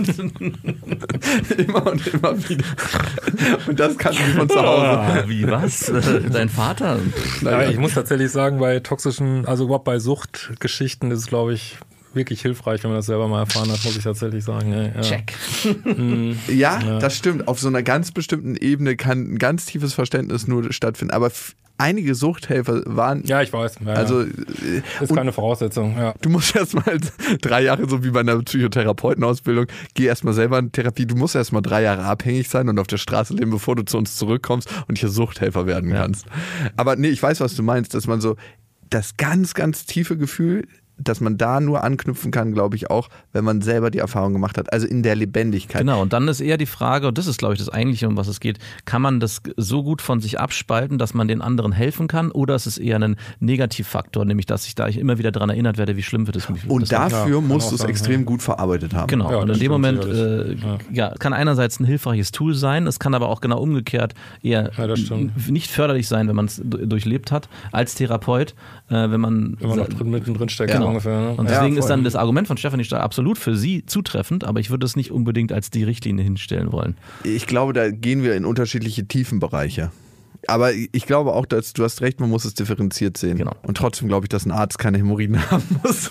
Immer und immer wieder. Und das kannst du von zu Hause. Oh, wie, was? Dein Vater? Ja, ich muss tatsächlich sagen, bei toxischen, also überhaupt bei Suchtgeschichten ist es, glaube ich, wirklich hilfreich, wenn man das selber mal erfahren hat, muss ich tatsächlich sagen. Ja, ja. Check. Mhm. Ja, ja, das stimmt. Auf so einer ganz bestimmten Ebene kann ein ganz tiefes Verständnis nur stattfinden. Aber f- einige Suchthelfer waren... Ja, ich weiß. Ja, also, ja. Das ist keine Voraussetzung. Ja. Du musst erst mal drei Jahre, so wie bei einer Psychotherapeutenausbildung, geh erst mal selber in Therapie. Du musst erst mal drei Jahre abhängig sein und auf der Straße leben, bevor du zu uns zurückkommst und hier Suchthelfer werden ja. kannst. Aber nee, ich weiß, was du meinst, dass man so das ganz, ganz tiefe Gefühl... dass man da nur anknüpfen kann, glaube ich auch, wenn man selber die Erfahrung gemacht hat, also in der Lebendigkeit. Genau, und dann ist eher die Frage, und das ist, glaube ich, das Eigentliche, um was es geht, kann man das so gut von sich abspalten, dass man den anderen helfen kann, oder ist es eher ein Negativfaktor, nämlich, dass ich da ich immer wieder daran erinnert werde, wie schlimm wird es mich. Und dafür ja, musst du es sein, extrem ja. gut verarbeitet haben. Genau, ja, und in dem Moment äh, ja. ja, kann einerseits ein hilfreiches Tool sein, es kann aber auch genau umgekehrt eher ja, nicht förderlich sein, wenn man es durchlebt hat, als Therapeut, äh, wenn man... Wenn man noch drin, mittendrin steckt, genau. ungefähr. Ne? Und deswegen ja, ist dann das Argument von Stefanie Stahl absolut für sie zutreffend, aber ich würde es nicht unbedingt als die Richtlinie hinstellen wollen. Ich glaube, da gehen wir in unterschiedliche Tiefenbereiche. Aber ich glaube auch, dass du hast recht, man muss es differenziert sehen. Genau. Und trotzdem glaube ich, dass ein Arzt keine Hämorrhoiden haben muss.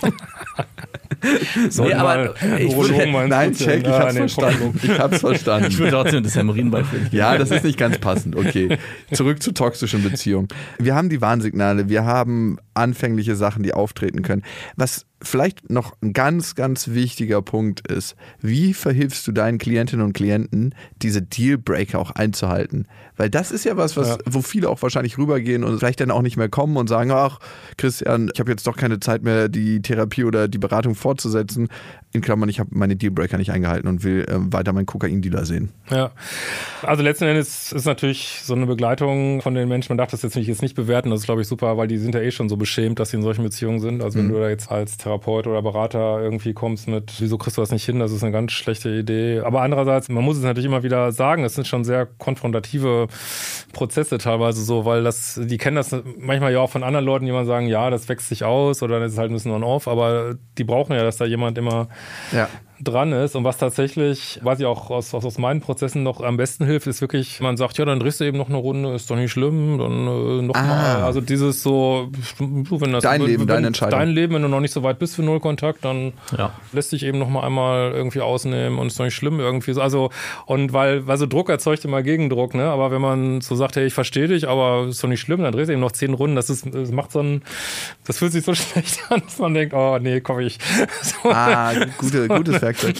So, nee, aber ich würde, nein, check, ich ah, hab's nee, verstanden. Ich hab's verstanden. Ich würde trotzdem das Hämorrhoidenbeispiel. Ja, das ist nicht ganz passend. Okay, zurück zu toxischen Beziehungen. Wir haben die Warnsignale, wir haben anfängliche Sachen, die auftreten können. Was vielleicht noch ein ganz, ganz wichtiger Punkt ist, wie verhilfst du deinen Klientinnen und Klienten, diese Dealbreaker auch einzuhalten? Weil das ist ja was, was ja. wo viele auch wahrscheinlich rübergehen und vielleicht dann auch nicht mehr kommen und sagen, ach Christian, ich habe jetzt doch keine Zeit mehr, die Therapie oder die Beratung fortzusetzen. In Klammern, ich habe meine Dealbreaker nicht eingehalten und will äh, weiter meinen Kokain-Dealer sehen. Ja, also letzten Endes ist natürlich so eine Begleitung von den Menschen, man darf das jetzt nicht, jetzt nicht bewerten, das ist glaube ich super, weil die sind ja eh schon so beschämt, dass sie in solchen Beziehungen sind. Also wenn mhm. du da jetzt als Therapeut oder Berater irgendwie kommst mit, wieso kriegst du das nicht hin, das ist eine ganz schlechte Idee. Aber andererseits, man muss es natürlich immer wieder sagen, das sind schon sehr konfrontative Prozesse teilweise so, weil das, die kennen das manchmal ja auch von anderen Leuten, die immer sagen, ja, das wächst sich aus oder dann ist es halt ein bisschen on-off, aber die brauchen ja, dass da jemand immer ja. dran ist. Und was tatsächlich, was ich auch aus, aus meinen Prozessen noch am besten hilft, ist wirklich, man sagt, ja, dann drehst du eben noch eine Runde, ist doch nicht schlimm, dann äh, noch ah. mal. Also dieses so, wenn das dein wenn, Leben, wenn, deine Entscheidung. Dein Leben, wenn du noch nicht so weit bist für Nullkontakt, dann ja. lässt dich eben noch mal einmal irgendwie ausnehmen und ist doch nicht schlimm irgendwie. Also, und weil, weil so Druck erzeugt immer Gegendruck, ne? Aber wenn man so sagt, hey, ich verstehe dich, aber ist doch nicht schlimm, dann drehst du eben noch zehn Runden, das ist, das macht so ein, das fühlt sich so schlecht an, dass man denkt, oh nee, komm ich. So. Ah, gute, gutes Werkzeug.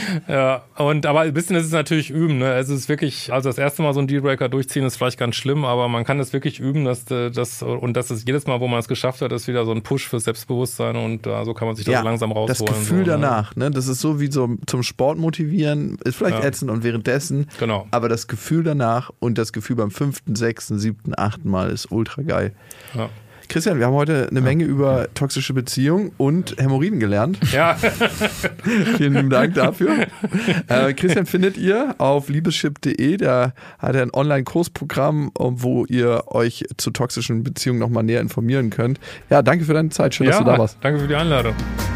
Ja, und aber ein bisschen ist es natürlich üben, ne? Es ist wirklich, also das erste Mal so ein Dealbreaker durchziehen ist vielleicht ganz schlimm, aber man kann das wirklich üben, dass das und das ist jedes Mal, wo man es geschafft hat, ist wieder so ein Push fürs Selbstbewusstsein und uh, so kann man sich das ja, langsam rausholen. Das Gefühl so, danach, ne? Das ist so wie so zum Sport motivieren, ist vielleicht ja. ätzend und währenddessen, genau. aber das Gefühl danach und das Gefühl beim fünften, sechsten, siebten, achten Mal ist ultra geil. Ja. Christian, wir haben heute eine Menge über toxische Beziehungen und Hämorrhoiden gelernt. Ja. Vielen lieben Dank dafür. Äh, Christian findet ihr auf liebeschip punkt de. Da hat er ein Online-Kursprogramm, wo ihr euch zu toxischen Beziehungen nochmal näher informieren könnt. Ja, danke für deine Zeit. Schön, ja, dass du da warst. Danke für die Einladung.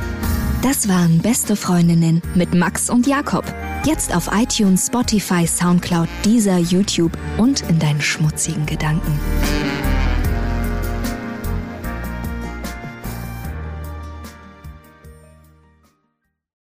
Das waren Beste Freundinnen mit Max und Jakob. Jetzt auf iTunes, Spotify, Soundcloud, Deezer, YouTube und in deinen schmutzigen Gedanken.